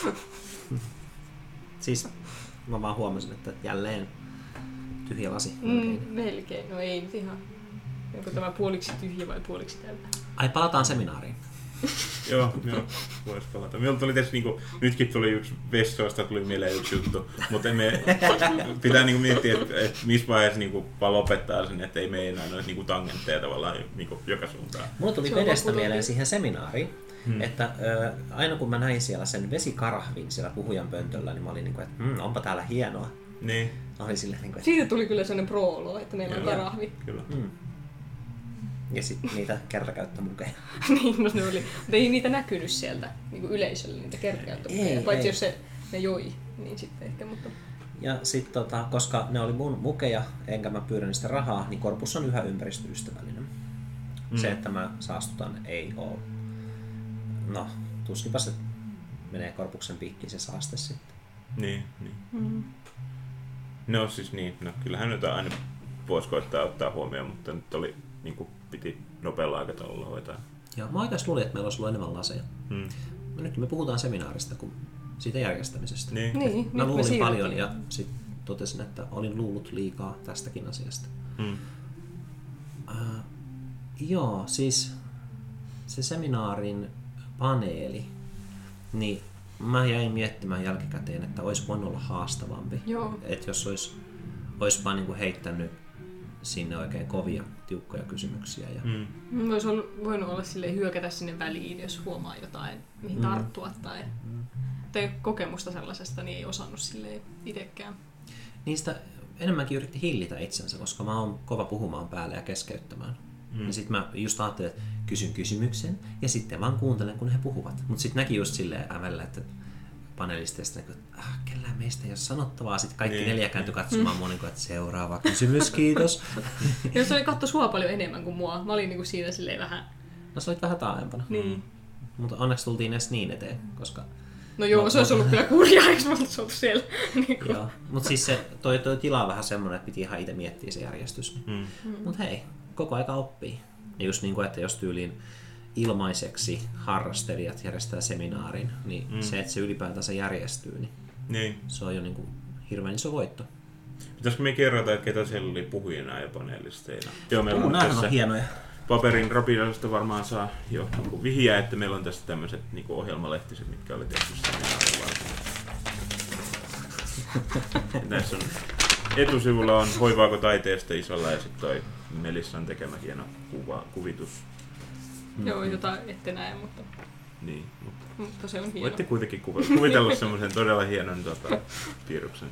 Siis mä vaan huomasin, että jälleen tyhjä lasi. Melkein. No ei nyt ihan. Onko tämä puoliksi tyhjä vai puoliksi täynnä? Ai, palataan seminaariin. Joo, vois palata. Meillä tuli tässä nytkin tuli yksi vessoista, tuli mieleen yksi juttu, mutta pitää miettiä, että missä vaiheessa vaan lopettaa sen, että ei mene enää noita tangentteja tavallaan joka suuntaan. Mulla tuli vedestä mieleen siihen seminaariin, että aina kun mä näin siellä sen vesikarahvin siellä puhujan pöntöllä, niin mä olin että onpa täällä hienoa. Niin. Oli silleen, että siitä tuli kyllä sellainen pro-olo, että meillä on karahvi. Kyllä. Ja sitten niitä kertakäyttömukeja. Niin, no ne oli. Mutta ei niitä näkynyt sieltä yleisölle, niitä kertakäyttömukeja. Paitsi jos ne joi, niin sitten ehkä. Mutta Ja sitten koska ne oli mun mukeja, enkä mä pyydä niistä rahaa, niin korpus on yhä ympäristöystävällinen. Se, että mä saastutan, ei oo. No, tuskinpa se menee korpuksen piikkiin se saaste sitten. Niin. No siis niin, kyllähän nyt aina voisi koittaa ottaa huomioon, mutta nyt oli, niin kuin piti nopealla aikataululla hoitaa. Joo, mä oikeasti luulin, että meillä olisi ollut enemmän laseja. Nyt me puhutaan seminaarista kuin siitä järjestämisestä. Niin, mä luulin paljon ja sitten totesin, että olin luullut liikaa tästäkin asiasta. Joo, siis se seminaarin paneeli, niin mä jäin miettimään jälkikäteen, että olisi voinut olla haastavampi. Että jos olisi vaan niinku heittänyt sinne oikein kovia, tiukkoja kysymyksiä. Ja... Olisi voinut olla silleen hyökätä sinne väliin, jos huomaa jotain, mihin tarttua tai kokemusta sellaisesta, niin ei osannut silleen itsekään. Niistä enemmänkin yritti hillitä itsensä, koska mä oon kova puhumaan päälle ja keskeyttämään. Ja sit mä just ajattelin, että kysyn kysymyksen ja sitten vaan kuuntelen, kun he puhuvat. Mutta sitten näki just silleen ävellä, että panelisteista, että kellään meistä ei ole sanottavaa. Sitten kaikki 4 kääntyi katsomaan mua, että seuraava kysymys, kiitos. Ja se oli katso sua paljon enemmän kuin mua. Mä olin niinku siinä silleen vähän... No sä olit vähän taaempana. Niin. Mutta onneksi tultiin edes niin eteen, koska... No joo, se olisi ollut kyllä kurjaa, eikö mä oltu siellä. Joo, mutta siis se, toi tila on vähän semmoinen, että piti ihan itse miettiä se järjestys. Mutta hei, koko aika oppii. Ja just niin kuin, että jos tyyliin ilmaiseksi harrastelijat järjestää seminaarin, niin se, että se ylipäätänsä järjestyy, niin se on jo niin kuin hirveän iso voitto. Pitäisikö me kerrata, että ketä siellä oli puhujina ja panelisteina? Joo, meillä on tässä hienoja. Paperin rapidosta varmaan saa jo niin vihjaa, että meillä on tässä tämmöiset niin ohjelmalehtiset, mitkä oli tehty seminaarin varten. Näissä on etusivulla on Hoivaako taiteesta isolla ja sitten toi Melissan tekemä hieno kuvitus. Joo, jota ette näe, mutta... Niin, mutta se on hieno. Voitte kuitenkin kuvitella semmoisen todella hienon piirroksen.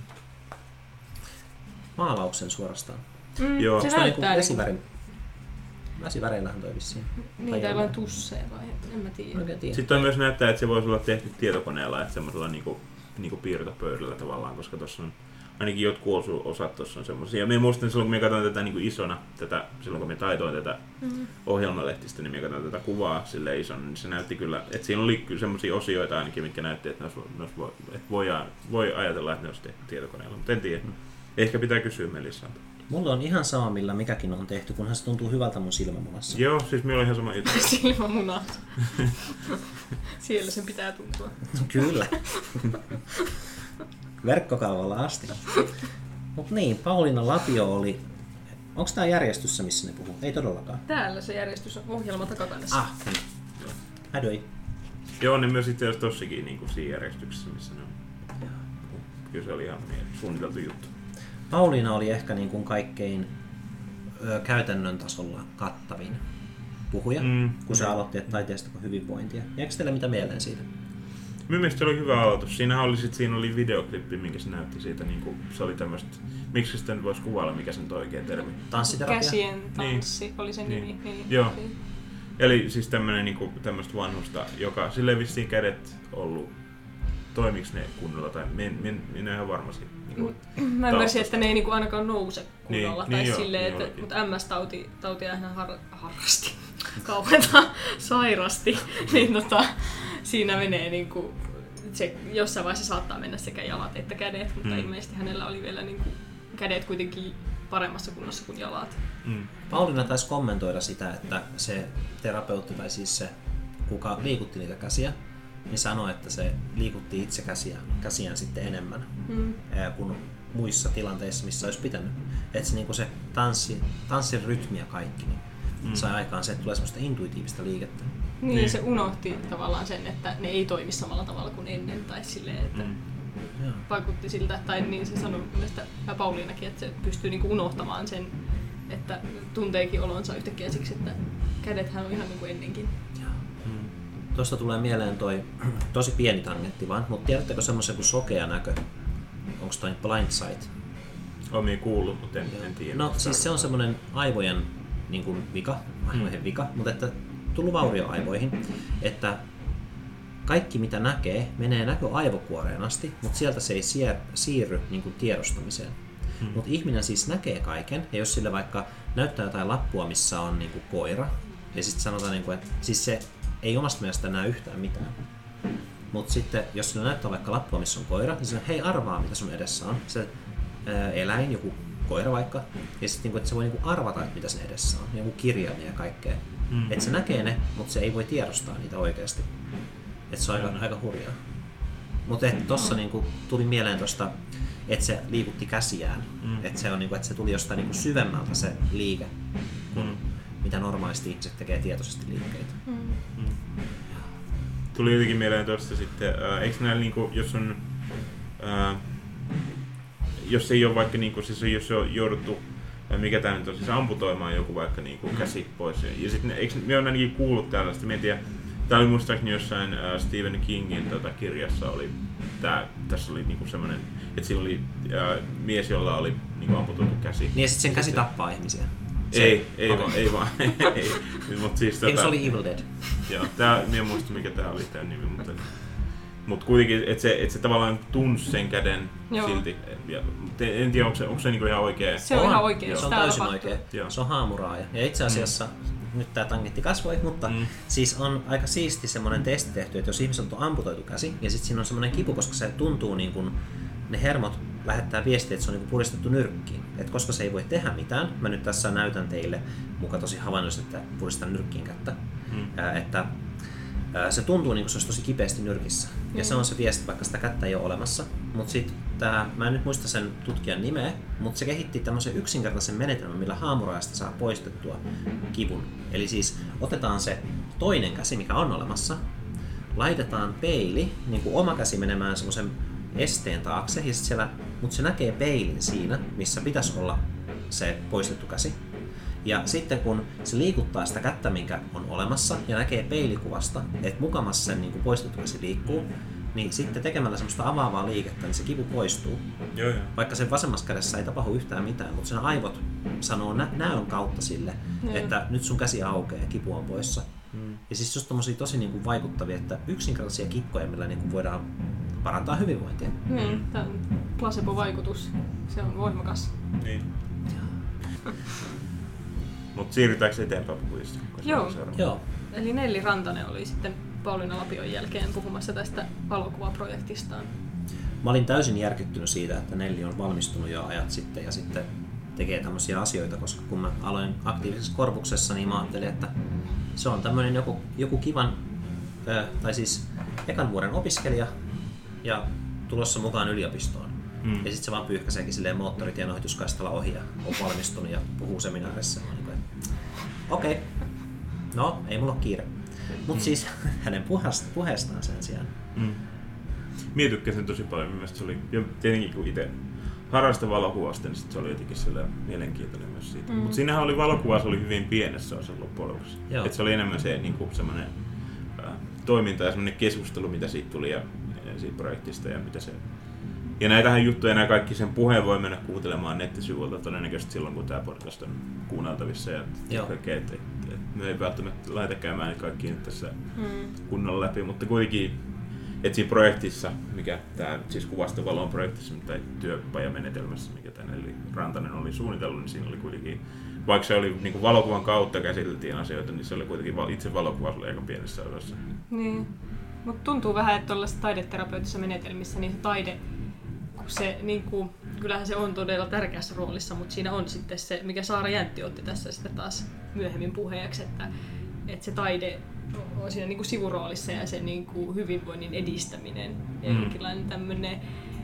Maalauksen suorastaan. Joo. Se näyttää väsiväreillähän toi vissiin. Niitä ei vain tusseja vai? En mä tiedä. Sitten on myös näyttää, että se voisi olla tehty tietokoneella, että semmoisella niinku piirtopöydällä tavallaan, koska tuossa on ainakin jotkut osat tuossa on semmoisia. Ja me muistan silloin, kun me katsoin tätä niinku isona, silloin kun me taitoin tätä ohjelmalehtistä, niin me katsoin tätä kuvaa silleen isona, niin se näytti kyllä, että siinä oli kyllä semmoisia osioita ainakin, mitkä näytti, että voi ajatella, että ne olisi tehty tietokoneella, mutta en tiedä. Ehkä pitää kysyä Melissalta. Mulla on ihan sama, millä mikäkin on tehty, kunhan se tuntuu hyvältä mun silmämunassa. Joo, siis minulla on ihan sama juttu. Silmämunassa. Siellä sen pitää tuntua. No, kyllä. Verkkokalvolla asti. Mut niin, Pauliina Lapio oli... Onko tää järjestyssä, missä ne puhuu? Ei todellakaan. Täällä se järjestys on ohjelma takakannessa. Niin. Hädöi. Joo, ne myös itse asiassa tossakin niin kuin siinä järjestyksessä, missä ne on. Kyllä se oli ihan suunniteltu juttu. Pauliina oli ehkä niin kuin kaikkein käytännön tasolla kattavin puhuja, kun se aloitti, että taiteesta on hyvinvointia. Jääkö teille mitä mieleen siitä? Minun mielestä se oli hyvä aloitus. Siinä oli videoklippi, minkä se näytti siitä. Niin kuin, se oli tämmöistä, miksi sitä nyt voisi kuvailla, mikä sen oikein termi? Tanssiterapia? Käsien tanssi oli sen nimi. Niin. Joo. Eli siis tämmöistä vanhusta, joka silleen vissiin kädet ollut, toimiks ne kunnolla, tai minä en ihan varmasti. Mä ymmärsin, että ne ei niinku ainakaan nouse kunnolla, tai niin silleen, mutta MS-tautia hän harrasti kauheeta sairasti, niin siinä menee niinku, se jossain vaiheessa saattaa mennä sekä jalat että kädet, mutta ilmeisesti hänellä oli vielä niinku kädet kuitenkin paremmassa kunnossa kuin jalat. Pauliina taisi kommentoida sitä, että se terapeutti, tai siis se, kuka liikutti niitä käsiä, niin sanoi, että se liikutti itse käsiään sitten enemmän kuin muissa tilanteissa, missä olisi pitänyt. Että se, niin se tanssin rytmi ja kaikki niin sai aikaan se, että tulee semmoista intuitiivista liikettä. Niin, se unohti tavallaan sen, että ne ei toimi samalla tavalla kuin ennen, tai silleen, että vaikutti siltä, tai niin se sanoi mielestäni Pauliinakin, että se pystyy niinku unohtamaan sen, että tunteekin olonsa yhtäkkiä siksi, että kädethän on ihan niin kuin ennenkin. Tuosta tulee mieleen toi tosi pieni tangetti vaan, mutta tiedättekö semmoisen kuin sokea näkö? Onko toi blind sight? Olen kuullut, mutta en tiedä. No siis se on semmoinen aivojen niin kuin vika, mutta että tullut vaurio aivoihin, että kaikki mitä näkee menee näköaivokuoreen asti, mutta sieltä se ei siirry niin kuin tiedostamiseen. Mutta ihminen siis näkee kaiken, ja jos sille vaikka näyttää jotain lappua, missä on niin kuin koira, ja sitten sanotaan, niin kuin, että siis se ei omasta mielestä näe yhtään mitään. Mutta sitten jos sille näyttää vaikka lappua, missä on koira, niin se hei arvaa mitä sun edessä on. Se eläin, joku koira vaikka, ja sitten niin se voi niin kuin arvata, että mitä sen edessä on, joku kirjaimia ja kaikkea. Että se näkee ne, mutta se ei voi tiedostaa niitä oikeasti. Että se on aika hurjaa. Mutta tuossa niinku tuli mieleen tuosta, että se liikutti käsiään. Että se, on, niinku, että se tuli jostain niinku syvemmältä se liike, mitä normaalisti ihmiset tekee tietoisesti liikkeitä. Tuli jotenkin mieleen tuosta sitten, eikö näillä niinku, jos on... jos ei ole vaikka niinku, siis jos on jouduttu, mikä tämä nyt on, siis amputoimaan joku vaikka niinku käsi pois. Ja sitten eikö me on ainakin kuullut tällaista, mä en tiedä, tää oli muistaakseni jossain Stephen Kingin kirjassa oli tässä oli niinku semmoinen, että sillä oli mies, jolla oli niinku amputoitu käsi. Niin ja sitten sen käsi tappaa ihmisiä. Ei vaan. Mut siis eikö se oli Evil Dead? Joo, mä en muista mikä tää oli tää nimi, mutta kuitenkin, että se tavallaan tunsi sen käden silti. En tiedä, onko se niinku ihan oikea. Se on ihan oikea. Se on täysin oikea. Se on haamuraaja. Ja itse asiassa, nyt tää tangentti kasvoi, mutta siis on aika siisti semmoinen testi tehty, että jos ihmiseltä on amputoitu käsi, ja sitten siinä on semmoinen kipu, koska se tuntuu niin kuin ne hermot lähettää viestiä, että se on niin kuin puristettu nyrkkiin. Että koska se ei voi tehdä mitään, mä nyt tässä näytän teille muka tosi havainnollisesti, että puristan nyrkkiin kättä, että se tuntuu niin kuin se olisi tosi kipeästi nyrkissä. Ja se on se viesti, vaikka sitä kättä ei ole olemassa. Mutta sitten mä en nyt muista sen tutkijan nimeä, mutta se kehitti tämmöisen yksinkertaisen menetelmän, millä haamuraajasta saa poistettua kivun. Eli siis otetaan se toinen käsi, mikä on olemassa, laitetaan peili, niin kuin oma käsi menemään semmoisen esteen taakse, ja mutta se näkee peilin siinä, missä pitäisi olla se poistettu käsi. Ja sitten kun se liikuttaa sitä kättä, minkä on olemassa, ja näkee peilikuvasta, että mukamassa sen niin kuin poistettu käsi liikkuu, niin sitten tekemällä semmoista avaavaa liikettä, niin se kipu poistuu. Joo. Vaikka sen vasemmassa kädessä ei tapahdu yhtään mitään, mutta sen aivot sanoo näön kautta sille, että nyt sun käsi aukeaa ja kipu on poissa. Ja siis just tommosia tosi niin kuin vaikuttavia, että yksinkertaisia kikkoja, millä niin kuin voidaan parantaa hyvinvointia. Tämä placebo-vaikutus, se on voimakas. Niin. Mutta siirrytäänkö eteenpäin puhujista? Joo. Eli Nelli Rantanen oli sitten Pauliina Lapion jälkeen puhumassa tästä valokuvaprojektistaan. Mä olin täysin järkyttynyt siitä, että Nelli on valmistunut jo ajat sitten ja sitten tekee tämmöisiä asioita, koska kun mä aloin aktiivisessa korpuksessa, niin mä ajattelin, että se on tämmöinen joku kivan, tai siis ekan vuoden opiskelija ja tulossa mukaan yliopistoon. Ja sitten se vaan pyyhkäseekin silleen moottoritien ohituskaistalla ohi ja on valmistunut ja puhuu seminaarissa. Okei. No, ei mulla ole kiire. Mutta siis hänen puheestaan sen sijaan. Mie tykkäsin tosi paljon. Mielestäni se oli, ja tietenkin kun itse harrastin valokuvasta, niin se oli jotenkin mielenkiintoinen myös siitä. Mutta siinähän oli valokuva, se oli hyvin pienessä osassa loppujen lopuksi. Et se oli enemmän se niinku semmoinen toiminta ja semmoinen keskustelu, mitä siitä tuli ja siitä projektista ja mitä se. Ja näitähän juttuja, nämä kaikki sen puheen voi mennä kuuntelemaan nettisivuilta todennäköisesti silloin, kun tämä podcast on kuunneltavissa ja kaikkea, että me ei välttämättä laita käymään kaikki nyt tässä kunnolla läpi, mutta kuitenkin, että siinä projektissa, mikä tämä siis kuvastovalon projektissa tai työpajamenetelmässä, mikä tämä Nelli Rantanen oli suunnitellut, niin siinä oli kuitenkin, vaikka se oli niin kuin valokuvan kautta käsiteltiin asioita, niin se oli kuitenkin itse valokuva oli aika pienessä osassa. Niin, mutta tuntuu vähän, että tuollaisissa taideterapeutisissa menetelmissä niin se taide, se, niin kuin, kyllähän se on todella tärkeässä roolissa, mutta siinä on sitten se, mikä Saara Jäntti otti tässä sitten taas myöhemmin puheeksi, että se taide on siinä niin kuin sivuroolissa ja se niin kuin hyvinvoinnin edistäminen ja jonkinlainen tämmöinen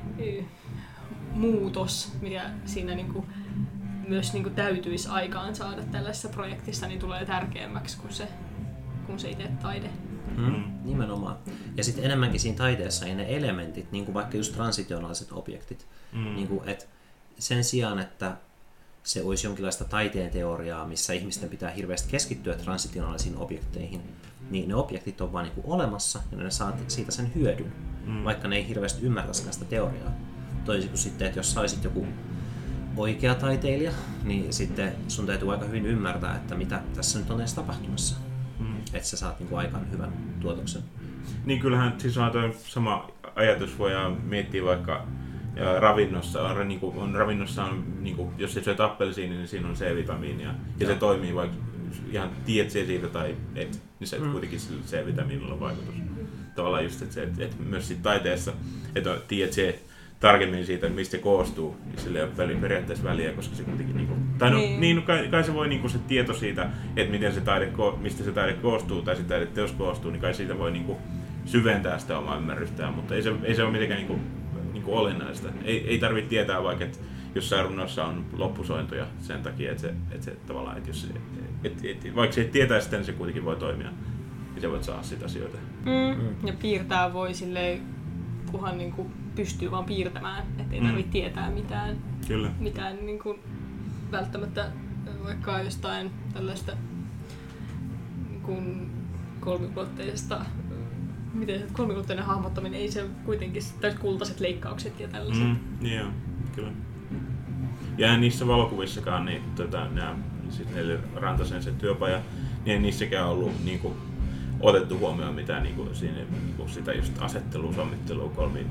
muutos, mikä siinä niin kuin myös niin kuin täytyisi aikaan saada tällaisessa projektissa, niin tulee tärkeämmäksi kuin se itse taide. Nimenomaan. Ja sitten enemmänkin siinä taiteessa ne elementit, niin kuin vaikka just transitionaaliset objektit, niin kuin, että sen sijaan, että se olisi jonkinlaista taiteen teoriaa, missä ihmisten pitää hirveästi keskittyä transitionaalisiin objekteihin, niin ne objektit on vaan niin kuin olemassa ja ne saa siitä sen hyödyn, vaikka ne ei hirveästi ymmärtäisikään sitä teoriaa. Toisin kuin sitten, että jos saisit joku oikea taiteilija, niin sitten sun täytyy aika hyvin ymmärtää, että mitä tässä nyt on edes tapahtumassa. Että sä saat niinku aikaan hyvän tuotoksen. Niin kyllähän siis on tuo sama ajatus, voidaan miettiä vaikka ravinnossa. Ravinnossa on, niin kuin, jos se syöt appelsiini, niin siinä on C-vitamiinia. Ja se toimii vaikka ihan tiedät se siitä tai et, niin se kuitenkin C-vitamiinilla on vaikutus. Tavallaan just, että myös sit taiteessa, että tiedät se tarkemmin siitä, mistä se koostuu, niin sillä ei ole periaatteessa väliä, koska se kuitenkin niinku, tai no, niin kai se voi niinku se tieto siitä, että miten se mistä se taide koostuu tai se taideteos koostuu, niin kai siitä voi niinku syventää sitä omaa ymmärrystään, mutta ei se ole mitenkään niinku olennaista. Ei tarvitse tietää vaikka, että jossain runossa on loppusointoja sen takia, että se tavallaan, että jos vaikka se ei tietää sitä, niin se kuitenkin voi toimia ja se voit saada sitä asioita. Ja piirtää voi silleen, kunhan niinku pystyy vaan piirtämään, ettei tarvitse tietää mitään niinku välttämättä vaikka jostain tällaista niinku kolmiulotteisesta, miten se kolmiulotteinen hahmottaminen, ei se kuitenkin, tai kultaiset leikkaukset ja tällaiset. Joo, kyllä. Ja niissä valokuvissakaan, niin siis Nelli Rantasen se työpaja, niin ei niissäkään ollut niinku otettu huomioon mitään niinku siinä niinku sitä just asettelua, sommittelua,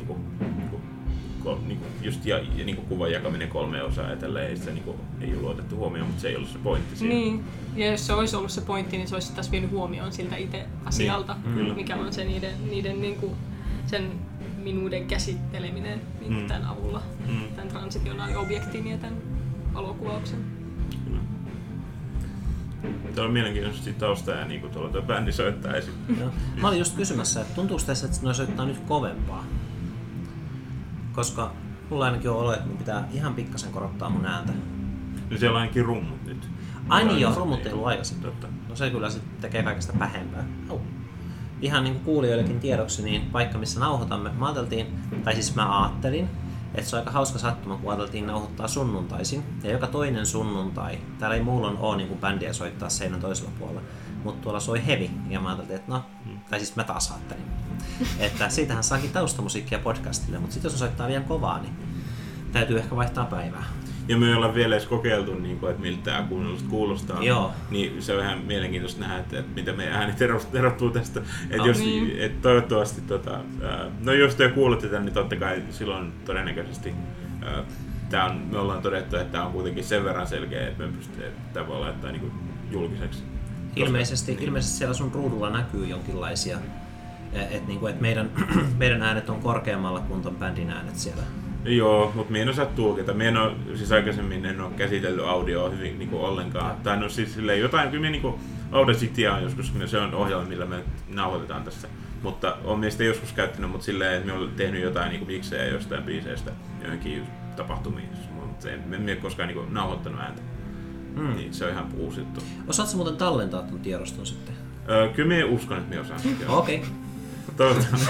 just ja niinku kuvan jakaminen 3 osaan ja tälleen ei ollut otettu huomioon, mutta se ei ollut se pointti siinä. Niin. Ja jos se olisi ollut se pointti, niin se olisi taas vienyt huomioon siltä itse asialta, mikä on se niiden niinku sen minuuden käsitteleminen niin tämän avulla, tämän transitionaaliobjektin ja tämän valokuvauksen. Kyllä. Tämä on mielenkiintoista siitä taustaa ja niin tuolla tuo bändi soittaa esiin. Mä olin just kysymässä, että tuntuuko tässä, että ne soittaa nyt kovempaa? Koska mulla ainakin on olo, että mun pitää ihan pikkasen korottaa mun ääntä. No siellä on ainakin rummut nyt. Ai niin joo, rummut ei ollut aikaisemmin. Totta. No se kyllä sitten tekee kaikesta vähempää. Ihan niin kuin kuulijoillekin tiedoksi, niin paikka missä nauhoitamme, mä ajattelin, että se on aika hauska sattuma, kun ajateltiin nauhoittaa sunnuntaisin. Ja joka toinen sunnuntai, täällä ei muulloin ole niin kuin bändiä soittaa seinän toisella puolella, mutta tuolla soi heavy. Ja mä ajattelin, että tai siis mä taas ajattelin, että siitähän saakin taustamusiikkia podcastille, mutta sitten jos soittaa liian kovaa, niin täytyy ehkä vaihtaa päivää. Ja me ei olla vielä edes kokeiltu, että miltä tämä kuulostaa. Joo. Niin se on ihan mielenkiintoista nähdä, että miten meidän äänet erottuu tästä. Et toivottavasti, no jos te kuulette tämän, niin totta kai silloin todennäköisesti me ollaan todettu, että tämä on kuitenkin sen verran selkeä, että me pystytään tämä voi laittaa niin julkiseksi. Ilmeisesti siellä sun ruudulla näkyy jonkinlaisia, että meidän äänet on korkeammalla kuin ton bändin äänet siellä. Joo, mutta minä en osaa tulkita. Siis aikaisemmin en ole käsitellyt audioa hyvin niin ollenkaan. Tai no siis silleen jotain, kyllä minä niin Audacitya on joskus, se on ohjelma, millä me nauhoitetaan tässä. Mutta olen mielestä joskus käyttänyt, mutta silleen, että minä olen tehnyt jotain niin miksejä jostain biiseistä johonkin tapahtumiin. Mutta en ole koskaan niin nauhoittanut ääntä. Niin se on ihan uusi juttu. Osaatko muuten tallentaa tuon tiedoston sitten? Kyllä minä uskon, että minä osaan. Okei. Toivottavasti.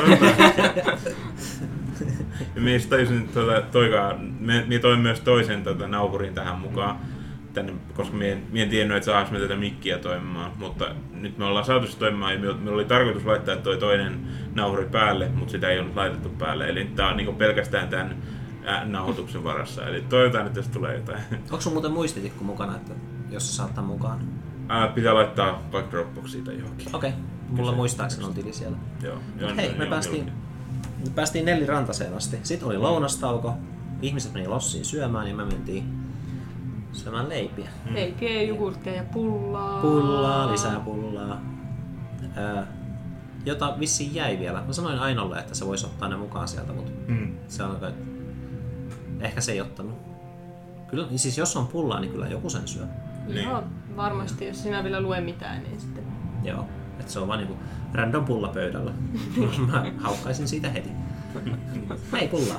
Ja minä tajusin, minä toin myös toisen nauhurin tähän mukaan, koska minä en tiennyt, että saadaanko me tätä mikkiä toimimaan, mutta nyt me ollaan saatu se toimimaan ja meillä oli tarkoitus laittaa toi toinen nauhuri päälle, mutta sitä ei ollut laitettu päälle, eli tämä on niin pelkästään tämän nauhoituksen varassa, eli toivotaan, että jos tulee jotain. Onko sun muuten muistitikku mukana, että jos sä saattaa mukaan? Pitää laittaa vaikka Dropboxiin tai johonkin. Okei. Mulla muistaakseni on tili siellä. Joo. Hei, me päästiin Nelli Rantaseen asti. Sitten oli lounastauko. Ihmiset meni lossiin syömään ja me mentiin syömään leipiä. Leipiä, jogurtteja ja pullaa. Pullaa, lisää pullaa. Jota vissiin jäi vielä. Mä sanoin Ainolle, että se voisi ottaa ne mukaan sieltä, mutta se on ehkä se ei ottanut. Kyllä, siis jos on pullaa, niin kyllä joku sen syö. Joo, varmasti. Jos sinä vielä lue mitään, niin sitten... Joo, että se on vaan niinku random pulla pöydällä. Mä haukkaisin siitä heti. Hei pullaa!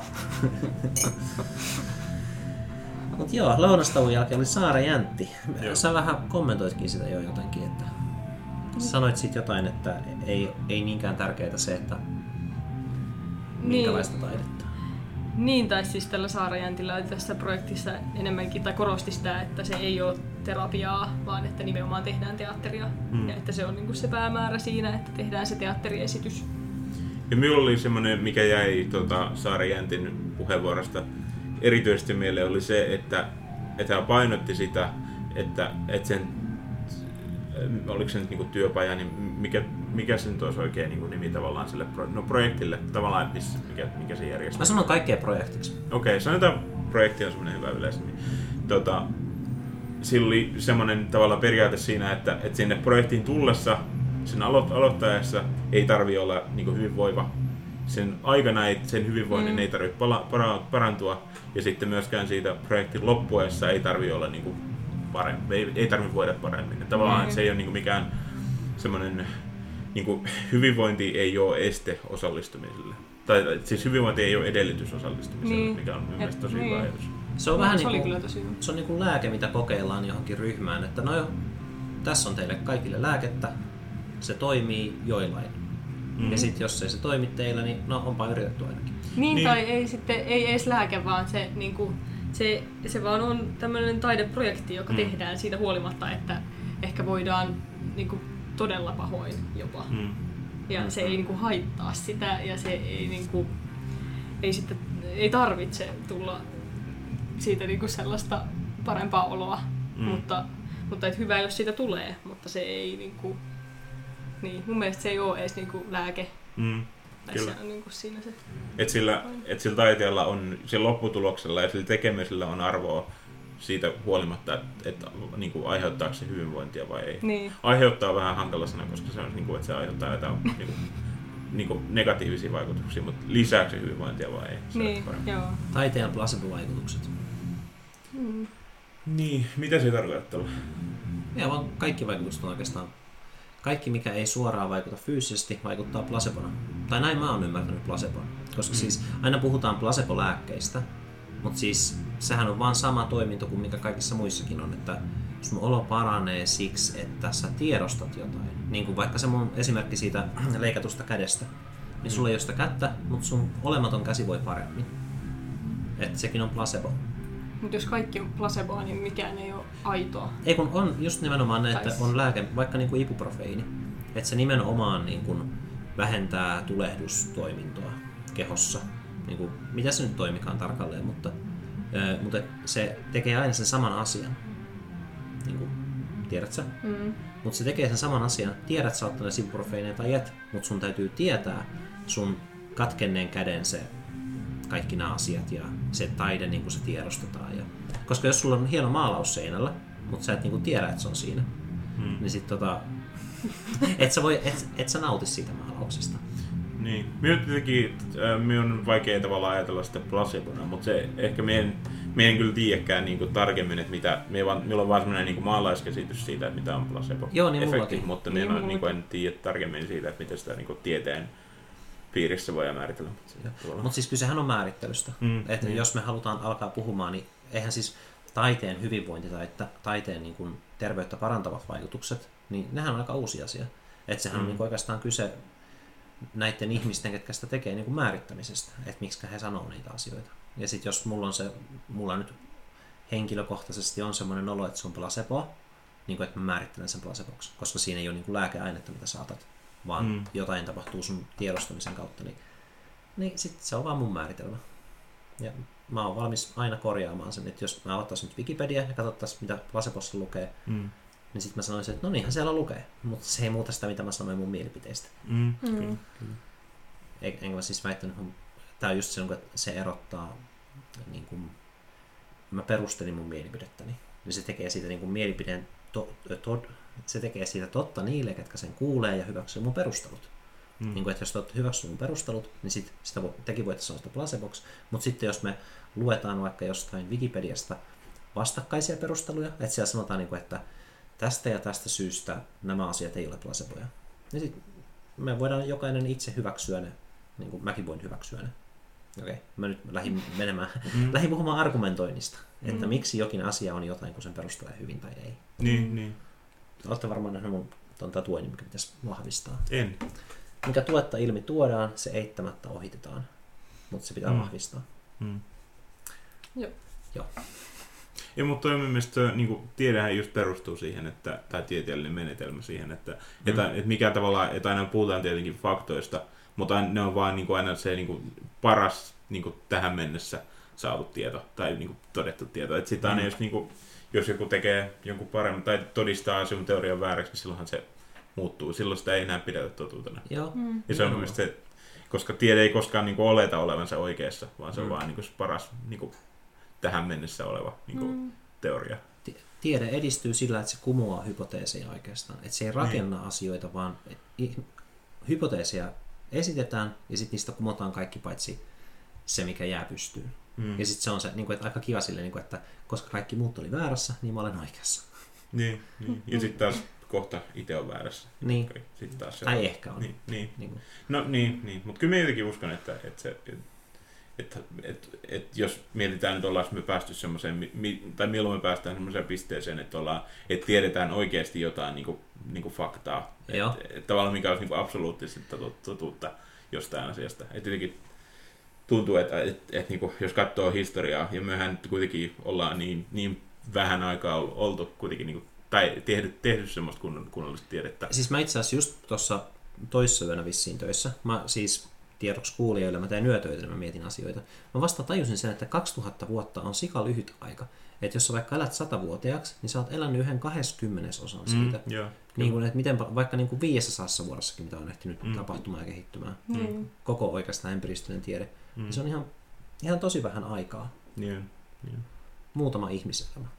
Mut joo, lounastauon jälkeen oli Saara Jäntti. Sä vähän kommentoitkin sitä jo jotenkin, että sanoit siitä jotain, että ei niinkään tärkeää se, että minkälaista taidetta. Niin, tai siis tällä Saara Jäntillä oli tässä projektissa enemmänkin, tai korosti sitä, että se ei ole terapiaa, vaan että nimenomaan tehdään teatteria. Ja että se on niin kuin se päämäärä siinä, että tehdään se teatteriesitys. Ja minulla oli semmoinen, mikä jäi Saara Jäntin puheenvuorosta erityisesti mieleen, oli se, että hän painotti sitä, että sen oliko se nyt niinku työpaja, niin mikä se nyt olisi oikein niinku nimi tavallaan sille projektille? Tavallaan, mikä se järjestää? Mä sanon kaikkea projektiksi. Okei, sanotaan projekti on semmoinen hyvä yleisemmin. Sillä oli semmoinen tavallaan periaate siinä, että sinne projektiin tullessa, sen aloittajassa ei tarvitse olla niinku hyvinvoiva. Sen aikana sen hyvinvoinnin ei tarvitse parantua, ja sitten myöskään siitä projektin loppuessa ei tarvitse olla niinku paremmin, ei tarvitse voida paremmin. Tavallaan se ei ole niinku mikään semmoinen, niinku, hyvinvointi ei ole este osallistumiselle. Tai siis hyvinvointi ei ole edellytys osallistumiselle, mikä on mielestäni tosi hyvä ajatus. Se on vähän se niinku lääke, mitä kokeillaan johonkin ryhmään, että no jo, tässä on teille kaikille lääkettä, se toimii joillain. Ja sitten jos ei se toimi teillä, niin no onpa yritetty ainakin. Niin, tai ei edes lääke, vaan se, niinku, se vaan on tämmöinen taideprojekti, joka tehdään siitä huolimatta, että ehkä voidaan niinku, todella pahoin jopa. Ja se ei niinku, haittaa sitä ja se ei, niinku, ei tarvitse tulla siitä niinku, sellaista parempaa oloa. Mutta et hyvä, jos siitä tulee, mutta se ei niinku, niin, mun mielestä se ei ole edes niinku lääke. Tai se on niinku siinä se. Et sillä taiteella on, sillä lopputuloksella ja sillä tekemisellä on arvoa siitä huolimatta, että niinku, aiheuttaako se hyvinvointia vai ei. Niin. Aiheuttaa vähän hankala sana, koska se on, niinku, että se aiheuttaa jotain niinku, negatiivisia vaikutuksia, mutta lisääkö se hyvinvointia vai ei. Se niin, joo. Taiteen placebo-vaikutukset. Niin, mitä se tarkoittaa? Ja vaan kaikki vaikutukset on oikeastaan. Kaikki, mikä ei suoraan vaikuta fyysisesti, vaikuttaa placebona. Tai näin mä oon ymmärtänyt placebon. Koska siis aina puhutaan placebo-lääkkeistä, mutta siis sehän on vaan sama toiminto kuin mikä kaikissa muissakin on, että sun olo paranee siksi, että sä tiedostat jotain. Niin kuin vaikka se mun esimerkki siitä leikatusta kädestä. Niin sulla ei ole sitä kättä, mutta sun olematon käsi voi paremmin. Että sekin on placebo. Mutta jos kaikki on placeboa, niin mikään ei ole aitoa. Ei kun on just nimenomaan ne, että on lääke, vaikka niin kuin ibuprofeini. Että se nimenomaan niin kuin vähentää tulehdustoimintoa kehossa. Niin kuin, mitä se nyt toimikaan tarkalleen, mutta se tekee aina sen saman asian. Niin kuin, tiedät sä? Mutta se tekee sen saman asian. Tiedät sä ottaneet ibuprofeinia tai et, mutta sun täytyy tietää sun katkenneen käden se kaikki nämä asiat ja se taide, niin kuin se tiedostetaan. Koska jos sulla on hieno maalaus seinällä, mutta sä et niin kuin tiedä, että se on siinä, niin sit et sä nauti siitä maalauksesta. Niin. Minun on vaikea tavallaan ajatella sitä placebona, mutta se ehkä me en kyllä tiedäkään niin kuin tarkemmin, että meillä on vaan semmoinen niin kuin maalaiskäsitys siitä, että mitä on placebo-efekti, mutta me en tiedä tarkemmin siitä, että miten sitä niin kuin tieteen piirissä voidaan määritellä. Mutta siis kysehän on määrittelystä. Että jos me halutaan alkaa puhumaan, niin eihän siis taiteen hyvinvointi tai taiteen niin kuin terveyttä parantavat vaikutukset, niin nehän on aika uusi asia. Että sehän on niin kuin oikeastaan kyse näiden ihmisten, ketkä sitä tekee, niin kuin määrittämisestä, että miksi he sanoo niitä asioita. Ja sitten jos mulla nyt henkilökohtaisesti on semmoinen olo, että se on placeboa, niin kuin että mä määrittelen sen placeboksi, koska siinä ei ole niin kuin lääkeainetta, mitä saatat, vaan jotain tapahtuu sun tiedostamisen kautta, niin sitten se on vaan mun määritelmä. Ja mä oon valmis aina korjaamaan sen, että jos mä avattaisin nyt Wikipedia ja katsottaisiin, mitä placebossa lukee, niin sitten mä sanoisin, että no niinhän siellä lukee, mutta se ei muuta sitä, mitä mä sanoin mun mielipiteistä. Enkä mä siis väittänyt, tää on just se, että se erottaa, niin kuin mä perustelin mun mielipidettäni, niin se tekee siitä niin kuin mielipideen se tekee siitä totta niille, ketkä sen kuulee ja hyväksyy mun perustelut. Niin kuin, että jos te olette hyväksynyt mun perustelut, niin tekin voitte sanoa sitä placeboksi. Mutta sitten jos me luetaan vaikka jostain Wikipediasta vastakkaisia perusteluja, että siellä sanotaan, niin kuin, että tästä ja tästä syystä nämä asiat ei ole placeboja, niin sitten me voidaan jokainen itse hyväksyä ne, niin kuin mäkin voin hyväksyä ne. Okei, mä nyt lähdin puhumaan argumentoinnista, että miksi jokin asia on jotain, kun sen perustelee hyvin tai ei. Niin. Olette varmaan nähnyt mun tatuoinnin, mikä pitäisi vahvistaa. En. Mikä tuetta ilmi tuodaan, se eittämättä ohitetaan. Mutta se pitää vahvistaa. Joo. Ja mutta minun mielestä niin tiedehän just perustuu siihen, tai tieteellinen menetelmä siihen, että mikä tavallaan, että aina puhutaan tietenkin faktoista, mutta ne on vaan niin kuin aina se niin kuin paras niin kuin tähän mennessä saatu tieto tai niin kuin todettu tieto. Että sitä aina jos niin kuin, jos joku tekee jonkun paremmin tai todistaa sinun teorian vääräksi, niin silloinhan se muuttuu. Silloin sitä ei enää pidetä totuutena. Joo. Ja se on mielestäni se, koska tiede ei koskaan niin kuin oleta olevansa oikeassa, vaan se on vaan niin kuin paras niin kuin tähän mennessä oleva niin kuin teoria. Tiede edistyy sillä, että se kumoaa hypoteeseja oikeastaan. Että se ei rakenna asioita, vaan hypoteeseja esitetään ja sitten niistä kumotaan kaikki paitsi se, mikä jää pystyyn. Ja sitten se on se, että aika kiva silleen, että koska kaikki muut oli väärässä, niin mä olen oikeassa. Niin. Ja sitten taas kohta itse on väärässä. Niin. Sitten taas se tai on. ehkä on. Niin. No niin. Mutta kyllä mä jotenkin uskon, että jos mietitään, että ollaan me päästy semmoiseen, tai milloin me päästään semmoiseen pisteeseen, että tiedetään oikeasti jotain niin kuin faktaa. Että tavallaan mikä olisi niin kuin absoluuttisesti totuutta jostain asiasta. Että jotenkin tuntuu, että niin kuin, jos katsoo historiaa, ja mehän kuitenkin ollaan niin vähän aikaa oltu kuitenkin, niin kuin, tai tehty semmoista kunnollista tiedettä. Siis mä itse asiassa just tuossa toissa yönä vissiin töissä, mä siis tiedoksi kuulijoille, mä teen yötöitä ja mä mietin asioita. Mä vasta tajusin sen, että 2000 vuotta on sika lyhyt aika. Että jos sä vaikka elät 100-vuotiaaksi, niin sä oot elänyt 1/20 siitä. Niin kuin, että miten, vaikka niin kuin 500 vuodessakin, mitä on ehtinyt tapahtumaan ja kehittymään. Koko oikeastaan empiiristinen tiede. Se on ihan tosi vähän aikaa. Muutama ihmiselämä.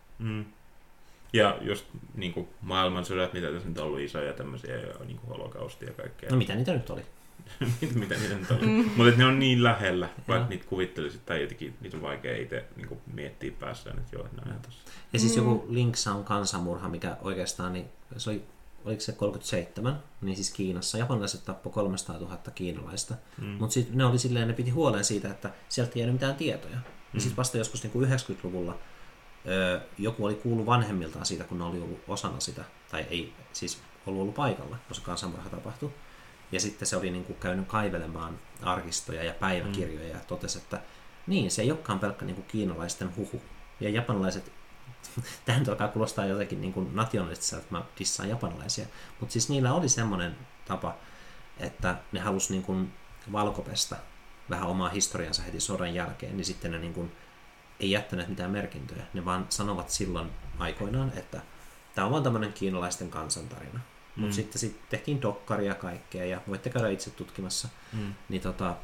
Ja just niin kuin maailmansodat, mitä tässä nyt on ollut isoja tämmöisiä, niin kuin holokaustia ja kaikkea. No mitä niitä nyt oli? mitä niitä nyt oli. Mutta ne on niin lähellä, vaikka niitä kuvittelisit, tai jotenkin niitä on vaikea itse niin kuin miettiä päässään, että joo, ne on ihan tossa. Ja siis joku Lingshan kansanmurha, mikä oikeastaan, niin se oli, oliko se 37, niin siis Kiinassa. Japanilaiset tappoi 300 000 kiinalaista. Mutta sitten ne oli silleen, ne piti huolen siitä, että sieltä ei jäänyt mitään tietoja. Ja sitten vasta joskus niin kuin 90-luvulla joku oli kuullut vanhemmiltaan siitä, kun ne oli ollut osana sitä, tai ei siis ollut paikalla, kun se kansanmurha tapahtui. Ja sitten se oli niin kuin käynyt kaivelemaan arkistoja ja päiväkirjoja ja totesi, että niin, se ei olekaan pelkkä niin kuin kiinalaisten huhu. Ja japanilaiset, tähän alkaa kuulostaa jotenkin niin kuin nationalistiselta, että mä dissaan japanilaisia, mutta siis niillä oli semmoinen tapa, että ne halusi niin kuin valkopestä vähän omaa historiansa heti sodan jälkeen, niin sitten ne niin kuin ei jättäneet mitään merkintöjä. Ne vaan sanovat silloin aikoinaan, että tämä on vaan tämmöinen kiinalaisten kansantarina. Mutta sitten tehtiin dokkaria ja kaikkea, ja voitte käydä itse tutkimassa. Niin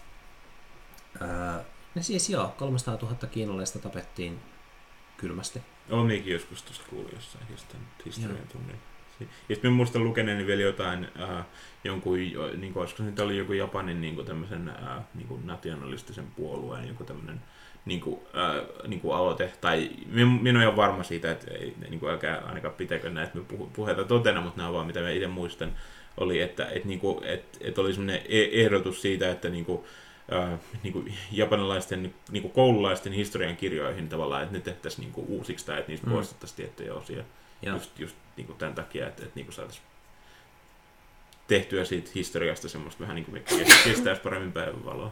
ne siis 300 000 kiinalaista tapettiin kylmästi. Olen minäkin joskus tuosta kuullut jossain historian tunnilla. Ja sitten minä muistan lukeneeni vielä jotain, jonkun, niin kuin, olisiko se nyt oli joku Japanin niin kuin tämmöisen niin kuin nationalistisen puolueen joku tämmöinen niin kuin aloite, tai minä en ole ihan varma siitä, että ei, niin kuin, älkää ainakaan pitäkö näitä puheita totena, mutta nämä on vaan mitä mä itse muistan, oli, että oli semmoinen ehdotus siitä, että niin kuin japanilaisten niin kuin koululaisten historian kirjoihin tavallaan, että ne tehtäisiin niin kuin uusiksi tai että niistä poistettaisiin tiettyjä osia. Just niin kuin tämän takia, että niin kuin saataisiin tehtyä siitä historiasta semmoista vähän niin kuin kestäisi paremmin päivänvaloa.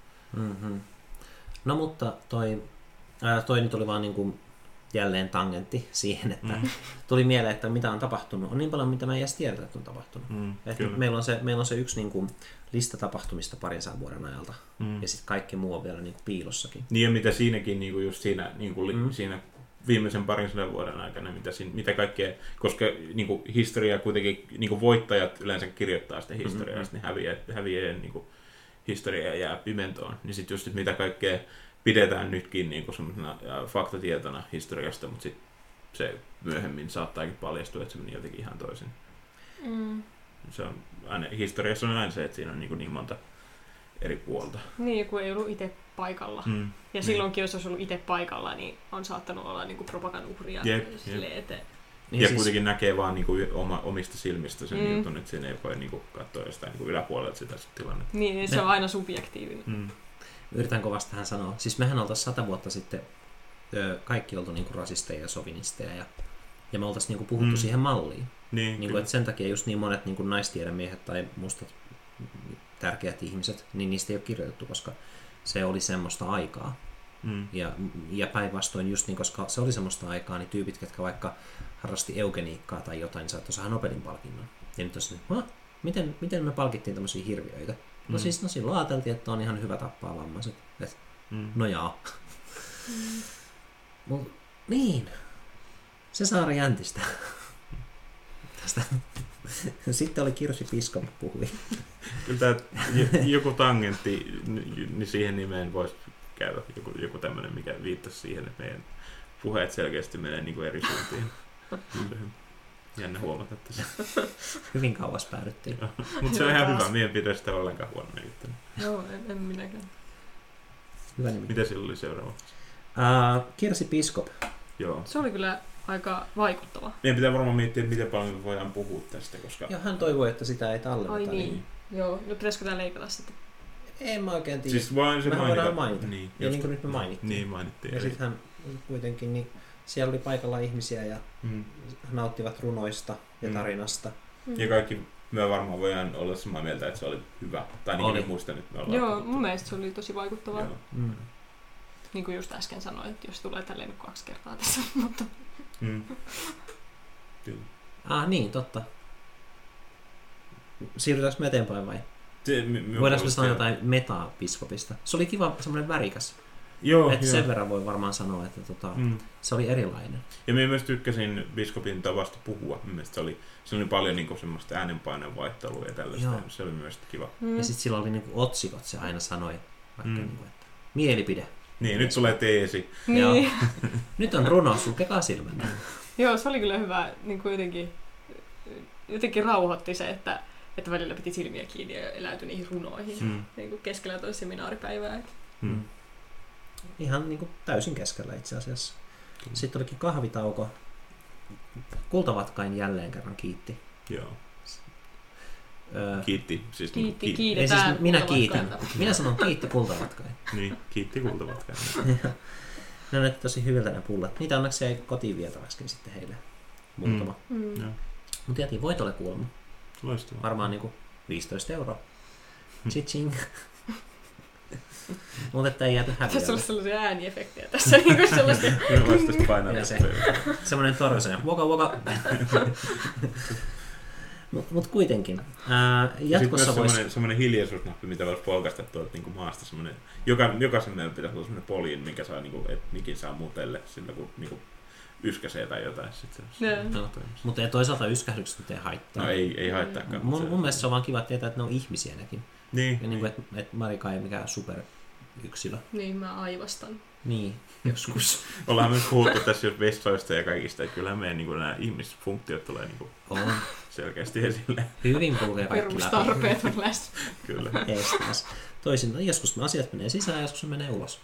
No mutta toi nyt oli vaan niin kuin jälleen tangentti siihen, että tuli mieleen, että mitä on tapahtunut. On niin paljon, mitä mä en edes tiedä, että on tapahtunut. Meillä on se yksi niin kuin lista tapahtumista 200 vuoden ajalta. Ja sitten kaikki muu on vielä niin kuin piilossakin. Niin ja mitä siinäkin niin kuin just siinä, niin kuin siinä viimeisen 200 vuoden aikana, mitä kaikkea, koska niin kuin historiaa kuitenkin niin kuin voittajat yleensä kirjoittaa sitä historiaa, niin häviää niin kuin historia jää pimentoon. Niin sitten just mitä kaikkea pidetään nytkin niin kuin semmoisena faktatietona historiasta, mutta sitten se myöhemmin saattaakin paljastua, että se meni jotenkin ihan toisin. Se on, historiassa on aina se, että siinä on niin monta eri puolta. Niin, kun ei ollut itse paikalla. Ja silloinkin, jos olisi ollut itse paikalla, niin on saattanut olla niin propagandan uhria. Ja siis kuitenkin näkee vaan niin kuin omista silmistä sen jutun, että siinä ei voi niin kuin katsoa jostain niin kuin yläpuolelta sitä tilannetta. Niin, se on aina subjektiivinen. Yritän kovasti tähän sanoa. Siis mehän oltaisiin 100 vuotta sitten kaikki oltu niin kuin rasisteja ja sovinisteja ja me oltaisiin niin kuin puhuttu siihen malliin. Niin kuin, että sen takia just niin monet niin kuin naistiedemiehet tai mustat tärkeät ihmiset, niin niistä ei ole kirjoitettu, koska se oli semmoista aikaa. Ja päinvastoin just niin, koska se oli semmoista aikaa, niin tyypit, ketkä vaikka harrasti eugeniikkaa tai jotain, niin saattoi saada Nobelin palkinnon. Ja nyt on se, miten me palkittiin tämmöisiä hirviöitä? No siis silloin ajateltiin, että on ihan hyvä tappaa vammaiset. No jaa. Niin. Se Saara Jäntistä. Tästä. Sitten oli Kirsi Piskon puhui. Kyllä tämä joku tangentti, niin siihen nimeen voisi käydä joku tämmöinen, mikä viittasi siihen, että meidän puheet selkeästi menee niin kuin eri suuntiin. Jännä huomata tässä. Hyvin kauas päädyttiin. Mutta se on ihan hyvä. Mie en pidä sitä ollenkaan huonona juttuna. Joo, en minäkään. Hyvä nimi. Mitä sillä oli seuraava? Kirsi Piskop. Joo. Se oli kyllä aika vaikuttava. Meidän pitää varmaan miettiä, että miten paljon me voidaan puhua tästä, koska... Joo, hän toivoi, että sitä ei tallenneta. Ai niin. Joo, no pitäisikö tää leikata sitten? En mä oikein tiedä. Siis vain se Mehän voidaan mainita. Niin, ja niin kuin nyt me mainittiin. Niin, mainittiin. Ja sitten hän kuitenkin, niin siellä oli paikalla ihmisiä ja nauttivat runoista ja tarinasta. Ja kaikki me varmaan voidaan olla samaa mieltä, että se oli hyvä. Tai niin kuin muistan, että me ollaan... Joo, mun mielestä se oli tosi vaikuttavaa. Mm. Niin kuin just äsken sanoin, että jos tulee tälleen 2 kertaa tässä, mutta... Kyllä. Niin, totta. Siirrytäänkö me eteenpäin vai? Voidaanko me sanoa jotain meta-piskopista? Se oli kiva, semmoinen värikäs. Joo, että sen verran voi varmaan sanoa, että se oli erilainen. Ja minä myös tykkäsin piskopin tavasta puhua. Mielestäni se oli paljon niin semmoista äänenpaineen vaihtelua ja tällaista. Joo. Se oli myös kiva. Ja sitten sillä oli niin otsikot, se aina sanoi, vaikka niin kuin, että mielipide. Niin, nyt tulee teesi. Niin. Nyt on runo, sulkekaa silmänne. Joo, se oli kyllä hyvä. Niin kuin jotenkin rauhoitti se, että välillä piti silmiä kiinni ja eläytyi niihin runoihin. Niin kuin keskellä toi seminaaripäivää. Ihan niin kuin täysin keskellä itse asiassa. Sitten olikin kahvitauko. Kultavatkain jälleen kerran kiitti. Joo. Kiitti. Siis kiitetään. Siis minä kiitän. Minä sanon kiitti Kultavatkain. Niin, kiitti Kultavatkain. Ne näytti tosi hyviltä ne pullat. Niitä onneksi jäi kotiin vietäväskin sitten heille muutama. Mutta jätiin voitolle kuulemma. Loistavaa. Varmaan niinku 15 €. Chiching. Mutta että ei jääty häviölle. Tässä olisi sellaisia ääniefektejä tässä. Niin sellaisia... Vastaista painaa. Semmoinen torvisen. Woka. Mut kuitenkin. Jatkossa voisi... Semmoinen hiljaisuusnappi, mitä voisi polkaista tuolta niin maasta. Jokaisen meillä pitäisi olla semmoinen poliin, mikä saa, niin kuin, että mikin saa mutelle sillä, kun niin yskäsee tai jotain. Mutta ei toisaalta yskähdykset ei haittaa. No ei haittaakaan. Mun mielestä se on vaan kiva tietää, että ne on ihmisiä nekin. Niin. Ja niin kuin, että Marika ei mikään superyksilö. Niin, mä aivastan. Niin, joskus. Ollaan myös puhuttu tässä just vessoista ja kaikista, että kyllähän meidän niin nämä ihmisfunktiot tulee niin selkeästi esille. Hyvin kulkee kaikki läpi. Perustarpeet on läs. Kyllä. Estees. Toisin, joskus asiat menee sisään ja joskus menee ulos.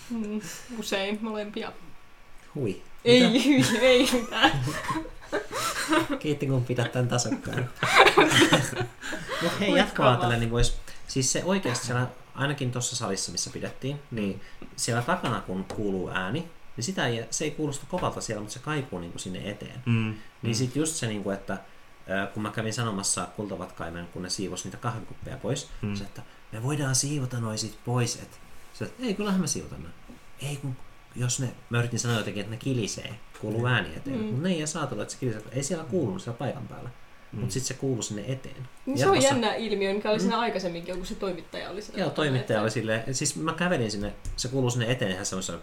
Usein molempia. Hui. Ei mitään. Kiitti kun pitää tämän tasokkaan. Mutta hei, jatkaa tälle, niin vois, siis se oikeasti siellä, ainakin tuossa salissa, missä pidettiin, niin siellä takana kun kuuluu ääni, niin se ei kuulosta kovalta siellä, mutta se kaikuu niin kuin sinne eteen. Niin sitten just se, niin kuin, että kun mä kävin sanomassa Kultavatkaimen, kun ne siivosi niitä kahvikuppeja pois, se, että me voidaan siivota noi sit pois. Että ei, kyllähän me siivotaan ne. Ei, kun jos mä yritin sanoa jotenkin, että ne kilisee, kuuluu ääni eteen. Mutta ne ei saa tulla, että se kilisee. Ei siellä kuulunut siellä paikan päällä. Mutta sitten se kuului sinne eteen. Niin se on jännä ilmiö, mikä oli siinä aikaisemminkin, kun se toimittaja oli siinä. Joo, toimittaja oli silleen, siis mä kävelin sinne, se kuului sinne eteen, ihan semmoisen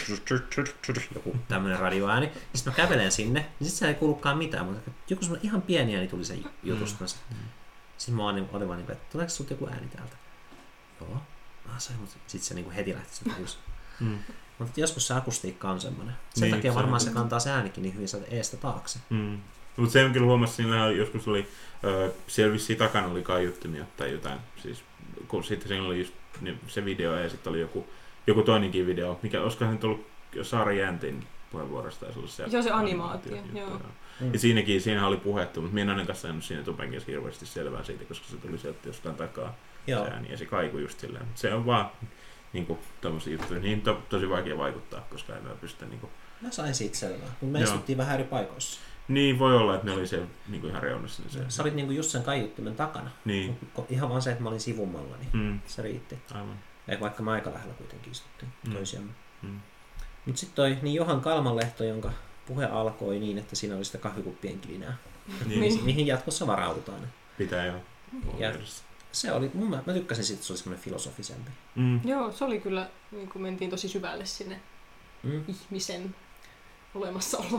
joku tämmönen radioääni. Sitten mä kävelen sinne, niin sitten siellä ei kuulukaan mitään, mutta joku semmoinen ihan pieni ääni tuli sen jutusta. Sitten mä olin vaan niin, että tuleeko sulta joku ääni täältä? Joo. Sitten se niin heti lähti sen tajus. Mutta joskus se akustiikka on semmoinen. Sen takia se varmaan se kantaa se äänikin niin hyvin sieltä eestä taakse. Mutta se on kyllä huomassa, siinä joskus oli, siellä vissiin takana oli kaiuttimia tai jotain. Siis, kun sitten siinä oli just se video ja sitten oli joku toinenkin video. Olisiko se nyt ollut Saara Jäntin puheenvuorosta? Joo, se animaatio. Joo. Ja siinähän oli puhettu, mutta minä en ainakaan saanut siinä tupenkin hirveästi selvää siitä, koska se tuli sieltä jostain takaa se ääni ja se kaikui just silleen. Mutta se on vaan niinku tommosia juttuja, niin tosi vaikea vaikuttaa, koska en pystytä niinku... Mä sain siitä selvää, mutta me istuttiin vähän eri paikoissa. Niin, voi olla, että ne oli siellä niinku ihan reunassa. Niin sä olit niinku just sen kaiuttimen takana. Niin. Ihan vaan se, että mä olin sivummalla, niin se riitti. Aivan. Vaikka me aika lähellä kuitenkin istuttiin toisiamme. Mutta sitten toi niin Johan Kalmanlehto, jonka puhe alkoi niin, että siinä oli sitä kahvikuppien kilinää. Mihin jatkossa varaudutaan. Pitää joo. Ja se oli, mä tykkäsin siitä, että se oli semmoinen filosofisempi. Joo, se oli kyllä, niin kun mentiin tosi syvälle sinne ihmisen olemassaoloon.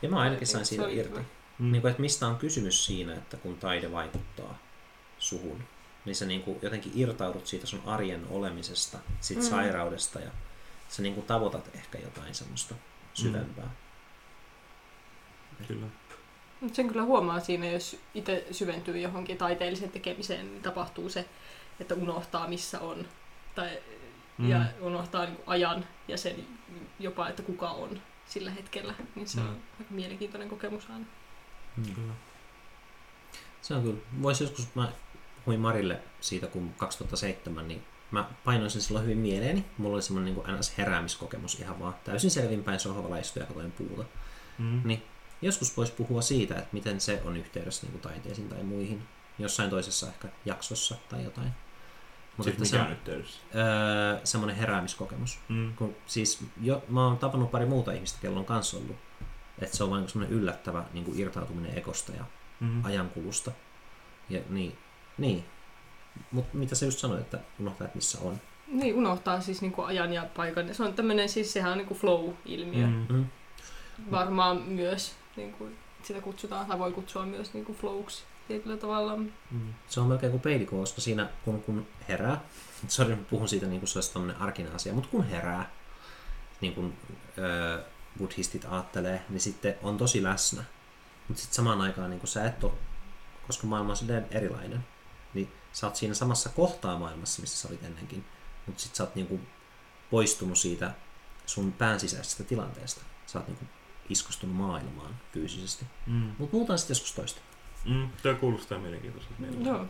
Ja mä ainakin sain siitä irti. Niin kuin, että mistä on kysymys siinä, että kun taide vaikuttaa suhun, niin sä niin kuin jotenkin irtaudut siitä sun arjen olemisesta, siitä sairaudesta ja sä niin kuin tavoitat ehkä jotain semmoista syvempää. Kyllä. Sen kyllä huomaa siinä, jos itse syventyy johonkin taiteelliseen tekemiseen, niin tapahtuu se, että unohtaa missä on. Ja unohtaa niin kuin ajan ja sen jopa, että kuka on sillä hetkellä. Niin se on aika mielenkiintoinen kokemus aina. Kyllä. Se on kyllä. Voisi joskus, mä puhuin Marille siitä, kun 2007, niin mä painoin sen silloin hyvin mieleeni. Mulla oli semmoinen niin NS-heräämiskokemus ihan vaan täysin selvinpäin sohvalla istuin ja katoin puuta. Niin joskus voisi puhua siitä, että miten se on yhteydessä niin kuin taiteisiin tai muihin. Jossain toisessa ehkä jaksossa tai jotain. Mutta mikä on yhteydessä? Semmoinen heräämiskokemus. Kun, siis mä oon tavannut pari muuta ihmistä, kello on kanssa ollut. Että se on vain semmoinen yllättävä niin kuin irtautuminen ekosta ja ajankulusta. Ja niin. Mutta mitä sä just sanoit, että unohtaa, että missä on? Niin, unohtaa siis niin kuin ajan ja paikan. Se on tämmöinen, siis sehän on niin kuin flow-ilmiö. Varmaan myös niin kuin sitä kutsutaan, tai voi kutsua myös niin kuin flowksi tietyllä tavalla. Se on melkein kuin peilikuva, koska siinä kun herää, sori, puhun siitä niin kuin se olisi tämmöinen arkinen asia, mutta kun herää, niin kuin buddhistit ajattelee, niin sitten on tosi läsnä. Mutta sitten samaan aikaan niin kuin sä et ole, koska maailma on silleen erilainen, niin sä oot siinä samassa kohtaa maailmassa, missä sä olit ennenkin, mutta sitten sä oot niin kuin poistunut siitä sun pään sisäisestä tilanteesta. Sä oot niin kuin iskostunut maailmaan fyysisesti. Mutta puhutaan sitten joskus toista. Tämä kuulostaa mielenkiintoiselta. Joo.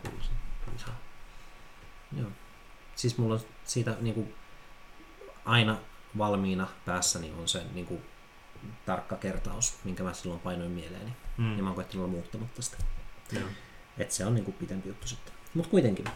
Joo. Siis mulla on siitä niinku aina valmiina päässäni on se niinku tarkka kertaus, minkä mä silloin painoin mieleeni. Ja mä oon koettanut olla muuttamatta sitä. Että se on niinku pitempi juttu sitten. Mut kuitenkin.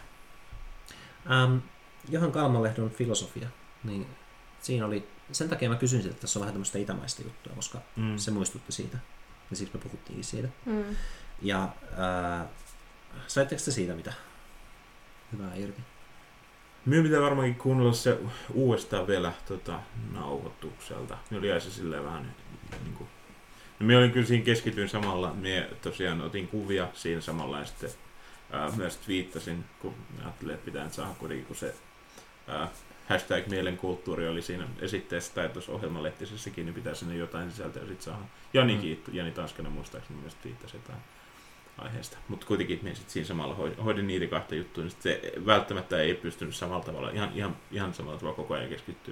Johan Kalmanlehdon filosofia, niin siinä oli, sen takia mä kysyin sitä, että tässä on vähän tämmöistä itämaista juttua, koska se muistutti siitä. Ja siis me puhuttiin siitä. Ja saitteko te siitä mitä hyvää irti? Minun pitää varmaankin kuunnella se uudestaan vielä nauhoitukselta. Minä jäi se silleen vähän niin kuin... No, minä olin kyllä siinä keskityin samalla. Minä tosiaan otin kuvia siinä samalla ja sitten myös twiittasin, kun ajattelin, että pitää saada kuitenkin, kun se hashtag mielenkulttuuri oli siinä esitteessä tai tuossa ohjelmalehtisessäkin, niin pitää sinne jotain sisältöä sitten saada. Jani Tanskanen muistaakseni myös twiittasi jotain aiheesta. Mutta kuitenkin minä sitten siinä samalla hoidin niitä kahta juttua, niin se välttämättä ei pystynyt samalla tavalla, ihan samalla tavalla koko ajan keskittyä.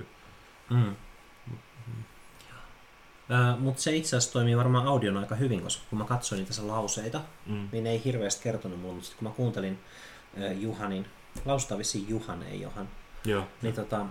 Mutta se itse asiassa toimii varmaan audiona aika hyvin, koska kun mä katsoin niitä lauseita, niin ne ei hirveästi kertonut mulle, mutta kun mä kuuntelin Juhanin, lausutaan vissiin Juhan, ei Johan, joo. Niin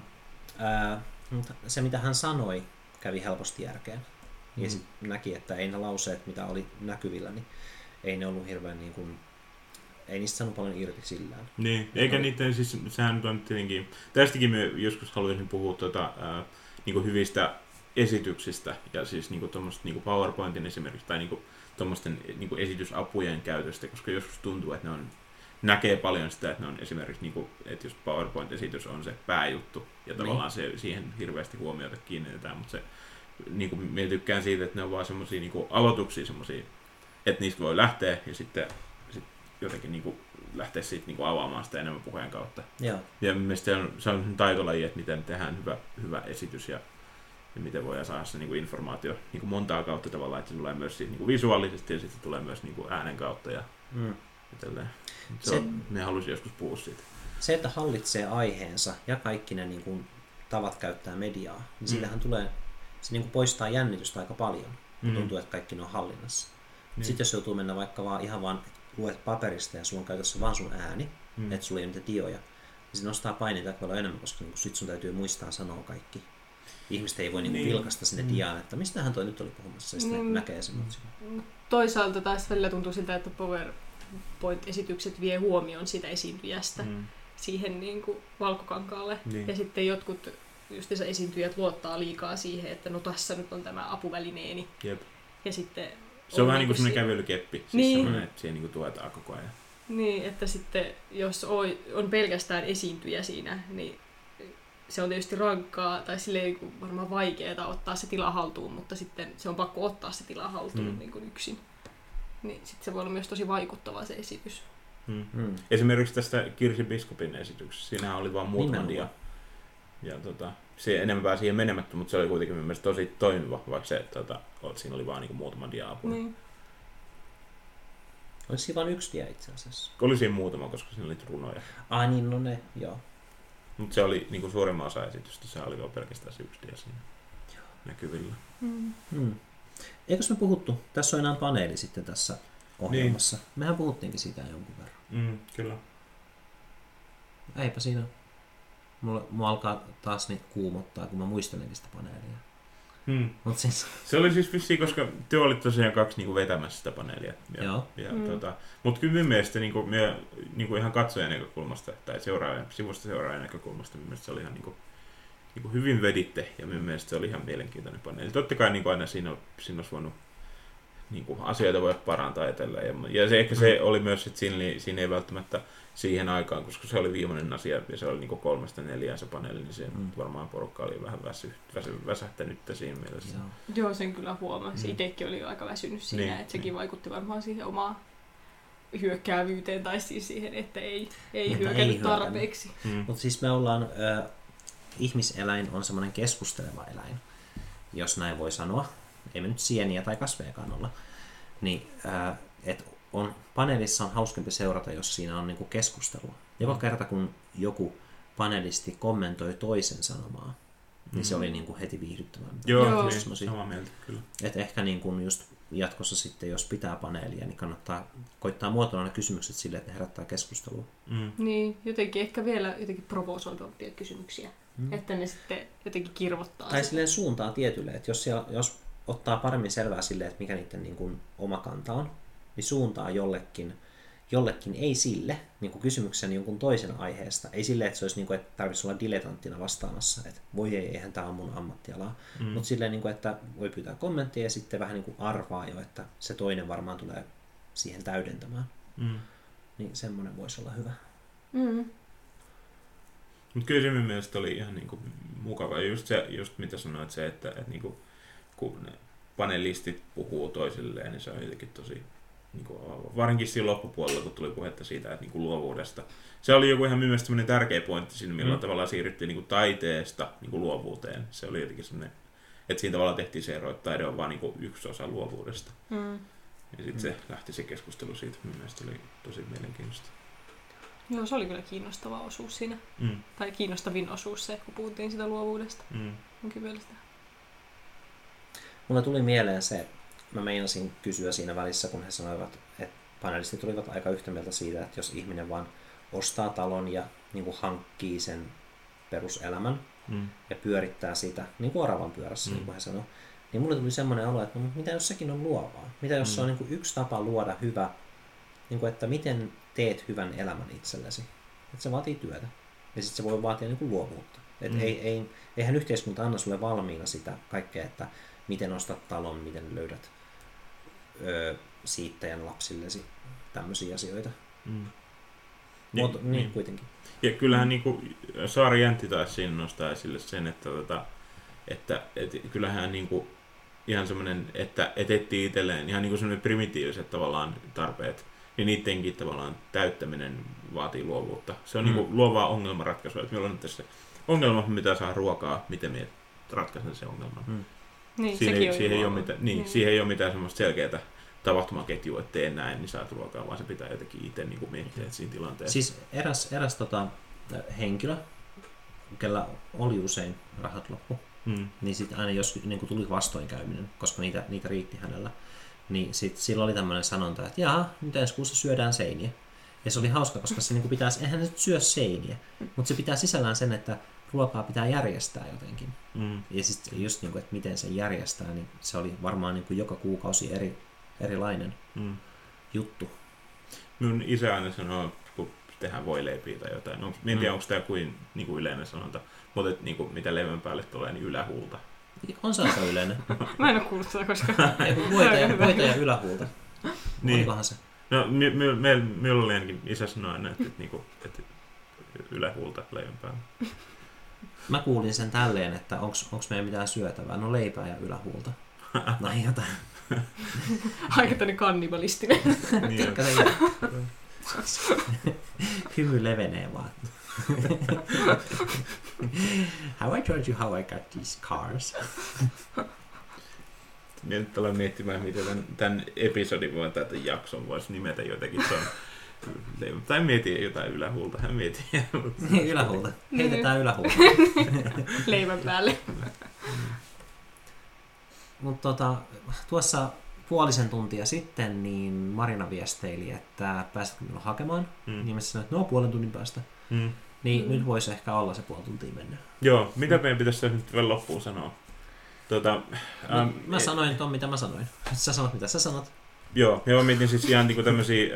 se mitä hän sanoi kävi helposti järkeen. Ja sitten näki, että ei ne lauseet, mitä oli näkyvillä, niin ei ne ollut hirveän niin kuin, ei niistä saanut paljon irti sillään. Niin, eikä niitä, siis sehän on tietenkin, tästäkin me joskus haluaisin puhua niin kuin hyvistä esityksistä ja siis niin kuin tuommoista niin kuin PowerPointin esimerkiksi tai niin kuin tuommoisten niin kuin esitysapujen käytöstä, koska joskus tuntuu, että ne näkee paljon sitä, että ne on esimerkiksi, niin kuin, että jos PowerPoint-esitys on se pääjuttu ja tavallaan siihen hirveästi huomiota kiinnitetään, mutta se, niin kuin, minä tykkään siitä, että ne on vaan semmoisia niin kuin aloituksia semmoisia, että niistä voi lähteä ja sitten jotenkin niin kuin lähteä siitä niin kuin avaamaan sitä enemmän puheen kautta. Joo. Ja mielestäni se on taitolaji, että miten tehdään hyvä esitys ja miten voidaan saada se niin kuin informaatio niin kuin montaa kautta tavallaan, että se tulee myös siitä, niin kuin visuaalisesti ja sitten tulee myös niin kuin äänen kautta ja tälleen. Me haluaisin joskus puhua siitä. Se, että hallitsee aiheensa ja kaikki ne niin kuin, tavat käyttää mediaa, niin siitähän tulee, se niin kuin poistaa jännitystä aika paljon, kun tuntuu, että kaikki ne on hallinnassa. Sitten jos joutuu mennä vaikka vaan ihan vaan luet paperista ja sulla on käytössä vaan sun ääni, että sulla ei ole niitä dioja, niin se nostaa paineita paljon enemmän, koska niin sit sun täytyy muistaa sanoa kaikki. Ihmiset ei voi niin vilkaista sinne diaan, että mistähän toi nyt oli puhumassa, ja sitten näkee sen. Toisaalta taas välillä tuntuu siltä, että PowerPoint-esitykset vie huomioon sitä esiintyjästä siihen niin kuin valkokankaalle. Niin. Ja sitten jotkut justiinsa esiintyjät luottaa liikaa siihen, että no tässä nyt on tämä apuvälineeni. Jep. Ja sitten se on vähän niin kuin semmoinen kävelykeppi, siis niin. Semmoinen, että siihen niin kuin tuetaan koko ajan. Niin, että sitten jos on pelkästään esiintyjä siinä, niin se on tietysti rankkaa tai silleen varmaan vaikeaa ottaa se tila haltuun, mutta sitten se on pakko ottaa se tila haltuun niin kuin yksin. Niin sitten se voi olla myös tosi vaikuttava se esitys. Esimerkiksi tästä Kirsi Biskupin esityksestä, siinähän oli vaan muutama dia. Ja se enempää siihen menemättä, mutta se oli kuitenkin mielestäni tosi toimiva, vaikka se, siinä oli vaan niin muutama dia apuna. Niin. Olisi siinä vain yksi dia itse asiassa? Oli siinä muutama, koska siinä oli runoja. Ai niin, no ne, joo. Mutta se oli niin suurimman osa esitystä, se oli pelkästään se yksi dia siinä näkyvillä. Eikös me puhuttu? Tässä on enää paneeli sitten tässä ohjelmassa. Niin. Mehän puhuttiinkin siitä jonkun verran. Kyllä. Eipä siinä. Mua alkaa taas niin kuumottaa, kun mä muistelenkin sitä paneelia. Mut siis... Se oli siis vissiin, koska te olitte tosiaan kaksi niinku vetämässä sitä paneelia. Mutta kyllä minun mielestä niinku ihan katsojan näkökulmasta tai sivusta seuraajan näkökulmasta minun mielestä se oli ihan niinku hyvin veditte ja minun mielestä se oli ihan mielenkiintoinen paneeli. Totta kai niinku aina siinä olisi voinut niinku asioita voi parantaa etelleen. Ja se ehkä se oli myös, että siinä ei välttämättä siihen aikaan, koska se oli viimeinen asia ja se oli niinku 3-4 se paneeli, niin se varmaan porukka oli vähän väsähtänyt siinä mielessä. Joo, sen kyllä huomasi. Itsekin oli aika väsynyt siinä, että sekin vaikutti varmaan siihen omaan hyökkäävyyteen tai siis siihen, että ei hyökännyt tarpeeksi. Mutta siis me ollaan, ihmiseläin on semmoinen keskusteleva eläin, jos näin voi sanoa. Ei me nyt sieniä tai kasvejakaan olla. Niin, on paneelissa on hauskempi seurata, jos siinä on niinku keskustelua. Joka kerta, kun joku panelisti kommentoi toisen sanomaa, niin se oli niinku heti viihdyttävää. Joo, samaa mieltä, kyllä. Et ehkä niinku just jatkossa sitten, jos pitää paneelia, niin kannattaa koittaa muotoilla ne kysymykset silleen, että ne herättää keskustelua. Niin, jotenkin ehkä vielä jotenkin provosoivampia kysymyksiä, että ne sitten jotenkin kirvottaa. Tai silleen suuntaan tietylle, että jos ottaa paremmin selvää silleen, että mikä niiden niin kuin oma kanta on, niin suuntaa jollekin ei sille niin kuin kysymyksen jonkun toisen aiheesta. Ei silleen, että se olisi, niin kuin, että tarvitsisi olla dilettanttina vastaamassa, että voi ei, eihän tämä ole mun ammattialaa. Mutta silleen, niin kuin, että voi pyytää kommenttia ja sitten vähän niin kuin arvaa jo, että se toinen varmaan tulee siihen täydentämään. Niin semmoinen voisi olla hyvä. Mutta kyllä se minun mielestä oli ihan niin kuin mukava. Just mitä sanoit se, että niin kuin, kun ne panelistit puhuu toisilleen, niin se on jotenkin tosi, niin kuin, varsinkin siinä loppupuolella, kun tuli puhetta siitä, että niin kuin luovuudesta. Se oli joku ihan mielestäni semmoinen tärkeä pointti siinä, millä tavallaan siirryttiin niin kuin taiteesta niin kuin luovuuteen. Se oli jotenkin semmoinen, että siinä tavallaan tehtiin se ero, että taide on vaan niin kuin yksi osa luovuudesta. Ja sitten se lähti se keskustelu siitä, minun mielestä oli tosi mielenkiintoista. Joo, se oli kyllä kiinnostava osuus siinä. Tai kiinnostavin osuus se, kun puhuttiin sitä luovuudesta. Onkin mielestä. Mulle tuli mieleen se, mä meinasin kysyä siinä välissä, kun he sanoivat, että panelistit tulivat aika yhtä mieltä siitä, että jos ihminen vaan ostaa talon ja niin kuin hankkii sen peruselämän ja pyörittää sitä, niin kuin oravan pyörässä, niin kuin he sanoivat, niin mulle tuli semmoinen olo, että no, mitä jos sekin on luovaa? Mitä jos se on niin kuin yksi tapa luoda hyvä, niin kuin, että miten teet hyvän elämän itsellesi? Että se vaatii työtä. Ja sitten se voi vaatia niin kuin luovuutta. Että eihän yhteiskunta anna sulle valmiina sitä kaikkea, että miten ostat talon, miten löydät siittäjän lapsillesi, tämmöisiä asioita. Niin kuitenkin. Ja kyllähän niin Saari Jäntti taisi siinä nostaa esille sen, että kyllähän niin kuin ihan semmoinen, että etsii itselleen ihan niin kuin semmoinen primitiiviset tavallaan tarpeet, niin niidenkin tavallaan täyttäminen vaatii luovuutta. Se on niin kuin luovaa ongelmanratkaisua, että meillä on nyt tässä ongelma, mitä saa ruokaa, miten me ratkaisen se ongelman. Niin, siihen ei ole mitään semmoista selkeää tapahtumaketjua, että tee näin, niin saat ruokaa, vaan se pitää jotenkin itse niin kuin miettiä siinä tilanteessa. Siis eräs henkilö, kellä oli usein rahat loppu, niin sitten aina jos niin kuin tuli vastoinkäyminen, koska niitä riitti hänellä, niin sitten sillä oli tämmöinen sanonta, että jaha, nyt ensi kuussa syödään seiniä. Ja se oli hauska, koska se niin pitäisi, eihän se syö seiniä, mutta se pitää sisällään sen, että ruokaa pitää järjestää jotenkin. Ja sitten just niin kuin, että miten se järjestää, niin se oli varmaan niin kuin joka kuukausi erilainen juttu. Minun isä aina sanoo, kun tehdään voileipiä tai jotain. No, en tiedä, onko tämä kuin yleinen sanonta, mutta että, niin kuin, mitä leivän päälle tulee, niin ylähuulta. On se aika yleinen. Mä en ole kuullut sitä koskaan. Voita ja ylähuulta. Niin. Olikohan se? No, minulla oli ainakin isä sanoo aina, että ylähuulta leivän päälle. Mä kuulin sen tälleen, että onks meidän mitään syötävää. No leipää ja ylähuulta. No jotain. Aika tänne kannibalistinen. Niin, Hymy levenee vaan. Have I told you how I got these cars? ja nyt aloin miettimään, miten tämän episodin tai tämän jakson voisi nimetä jotenkin. Tai mieti jotain ylähuulta. Hän mieti. Ylähuulta. Heitetään ylähuulta. Leivän päälle. Mutta tuossa puolisen tuntia sitten niin Marina viesteili, että pääsetkö minua hakemaan. Niin mä sanoin, että puolen tunnin päästä. Niin nyt voisi ehkä olla se puoli tuntia mennä. Joo, mitä meidän pitäisi nyt vielä loppuun sanoa? Mä sanoin ton, mitä mä sanoin. Sä sanot, mitä sä sanot. Joo, mä mietin siis ihan tämmöisiä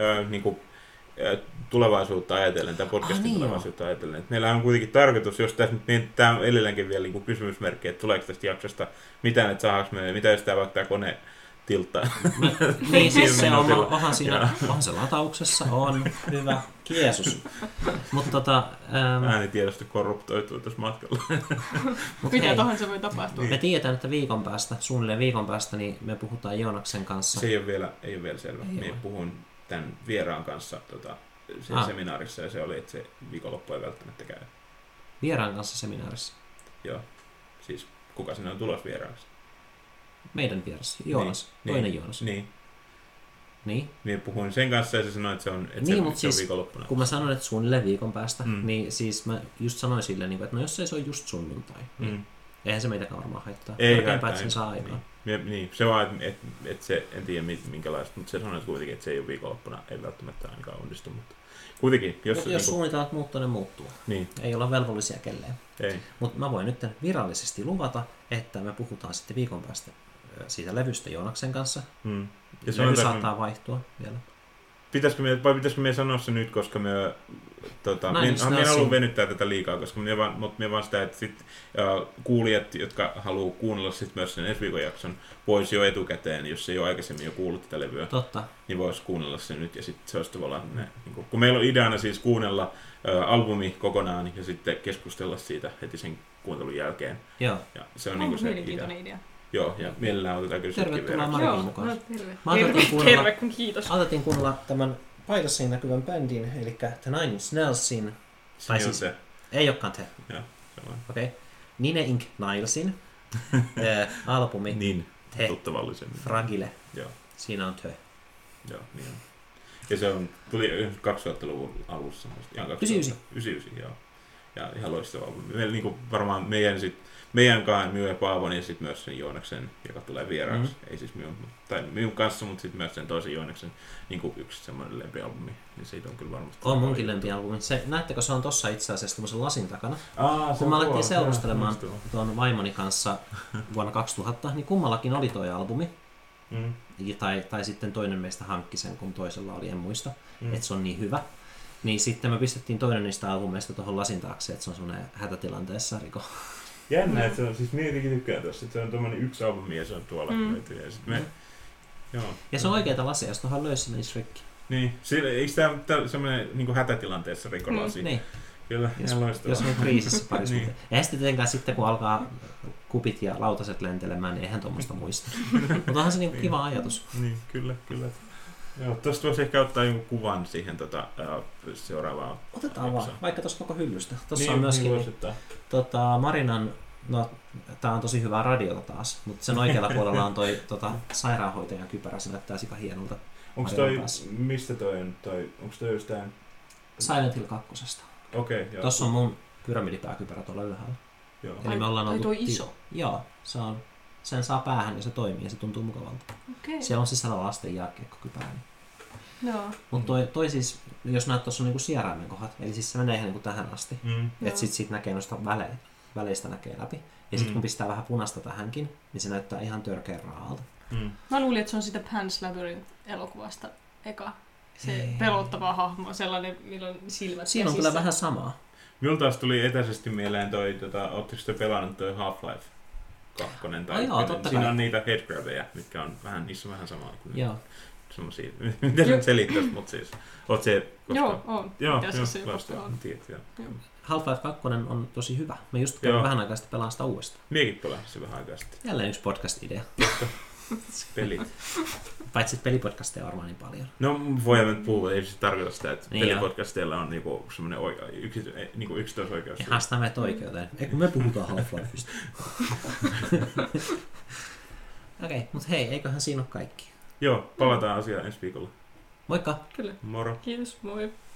tulevaisuutta ajatellen, tai podcastin tulevaisuutta ajatellen. Meillä on kuitenkin tarkoitus, jos tässä nyt tämä on edelleenkin vielä kysymysmerkki, että tuleeko tästä jaksosta mitään, että saadaanko me, mitä jos vaikka tämä kone tilttaa. Niin siis se onhan se latauksessa, on hyvä, Jeesus. Mutta äänitiedosto korruptoituu tuossa matkalla. Mitä tahansa voi tapahtua. Me tiedetään, että suunnilleen viikon päästä, niin me puhutaan Joonaksen kanssa. Se ei ole vielä selvä. Minä puhun tämän vieraan kanssa seminaarissa, ja se oli, että se viikonloppu ei välttämättä käy. Vieraan kanssa seminaarissa? Joo. Siis kuka sinne on tulossa vieraaksi? Meidän vieressä. Joonas. Toinen Joonas. Niin? Minä puhuin sen kanssa ja se sanoi, että se on, se on viikonloppuna. Kun mä sanoin, että suunnilleen viikon päästä, niin siis mä just sanoin silleen, että no jos se on just sunnuntai, niin eihän se meitäkään varmaan haittaa. Tärkeämpää, että sen saa aikaan. Niin, se vaan, että se, en tiedä minkälaista, mutta se sanoi että kuitenkin, että se ei ole viikonloppuna, ei välttämättä ainakaan onnistu, mutta kuitenkin. Jos suunnitelmat muuttuu, ne muuttuu. Niin. Ei olla velvollisia kelleen. Ei. Mutta mä voin nyt virallisesti luvata, että me puhutaan sitten viikon päästä siitä levystä Joonaksen kanssa. Ja levy saattaa vaihtua vielä. Pitäisikö me sanoa se nyt, koska me haluan venyttää tätä liikaa, koska me vaan sitä, että kuulijat, jotka haluaa kuunnella sit myös sen ensi viikon jakson, voisi jo etukäteen, jos ei ole aikaisemmin jo kuullut tätä levyä, niin voisi kuunnella sen nyt. Ja sitten se olisi tavallaan, kun meillä on ideana siis kuunnella albumi kokonaan ja sitten keskustella siitä heti sen kuuntelun jälkeen. Joo. Ja se on se idea. Joo, ja mielellään otetaan kyllä sutkin tervetuloa Marinan mukaan. Terve, kun kiitos. Aloitin kuunnella tämän paidassa näkyvän bändin, eli The Nine Inch Nailsin. Tai siis se. Ei olekaan te. Joo, se on. Okei. Nine Inch Nailsin albumi. Niin, tuttavallisemmin. Fragile. Joo. Siinä on The. Joo, niin on. Ja se tuli 2000-luvun alussa. 99, joo. Ja ihan loistava albumi. Meillä varmaan meidän kanssa, minun ja Paavon ja sitten myös sen Joonaksen, joka tulee vieraaksi. Ei siis minun kanssa, mutta sitten myös sen toisen Joonaksen yksi semmoinen lempialbumi. Niin siitä on kyllä varmasti. On munkin lempialbumi. Näettekö, se on tossa itse asiassa tämmöisen lasin takana. Kun me alettiin seurustelemaan tuon vaimoni kanssa vuonna 2000, niin kummallakin oli toi albumi. Tai sitten toinen meistä hankki sen, kun toisella oli, en muista, että se on niin hyvä. Niin sitten me pistettiin toinen niistä albumeista tuohon lasin taakse, että se on semmoinen hätätilanteessa riko. Jännä, että se on, siis minä jotenkin tykkään tuossa, että se on tommoinen yksi albumi ja se on tuolla. Ja, joo. Ja se on oikeita laseja, jos tuohon löysi, niin rikki. Niin, eikö tämä semmoinen hätätilanteessa rikolasi? Niin. Kyllä, ihan loistavaa. Jos on kriisissä parisuhteen. Niin. Eihän sitten tietenkään sitten, kun alkaa kupit ja lautaset lentelemään, niin eihän tuommoista muista. Mutta onhan se kiva ajatus. Niin, kyllä. Joo, tuosta voisi ehkä ottaa jonkun kuvan siihen seuraavaan. Otetaan vaan, vaikka tuossa koko hyllystä. Tuossa on myöskin Marinan, tää on tosi hyvää radiota taas, mutta sen oikealla puolella on toi sairaanhoitajan kypärä, se näyttää sika hienolta. Onko toi, mistä toi on? Onko toi jostain? Silent Hill 2. Okei, joo. Tossa on mun pyramidipääkypärä tuolla ylhäällä. Joo. Eli me ollaan oltu... toi iso? Joo, sen saa päähän ja se toimii ja se tuntuu mukavalta. Okay. Siellä on sisällä lasten jääkiekkokypärä. Joo. Mutta toi siis, jos näet tuossa on sieraimen kohdat, eli siis se menee ihan tähän asti. Että sit näkee noista väleistä näkee läpi. Ja sitten kun pistää vähän punaista tähänkin, niin se näyttää ihan törkeän raalta. Mä luulin, että se on sitä Pan's Labyrinth-elokuvasta eka. Se pelottava hahmo, sellainen, milloin silmät. Siinä on kyllä vähän samaa. Minulla taas tuli etäisesti mieleen ootteko te pelannut toi Half-Life 2? Joo, totta siinä kai. on niitä headgrabbeja, mitkä on niissä on vähän samaa kuin. Joo. semmosia, miten se nyt selittäis, mut siis, oot se koskaan? Joo, on. Joo, Tiedät. Half-Life 2 on tosi hyvä. Mä just kävin vähän aikaa sitten pelaa sitä uudestaan. Miekin pelasin se vähän aikaa sitten. Jälleen yksi podcast-idea. Pelit. Paitsi pelipodcasteja varmaan niin paljon. No voidaan nyt puhua, ei se tarkoita sitä, että Niin pelipodcasteilla on niinku semmoinen yksityisoikeus. Ja haastaa meidät oikeuteen. Eikö me puhutaan Half-Lifeista? Okei, mut hei, eiköhän siinä ole kaikki. Joo, palataan asiaan ensi viikolla. Moikka! Kyllä. Moro. Kiitos, moi.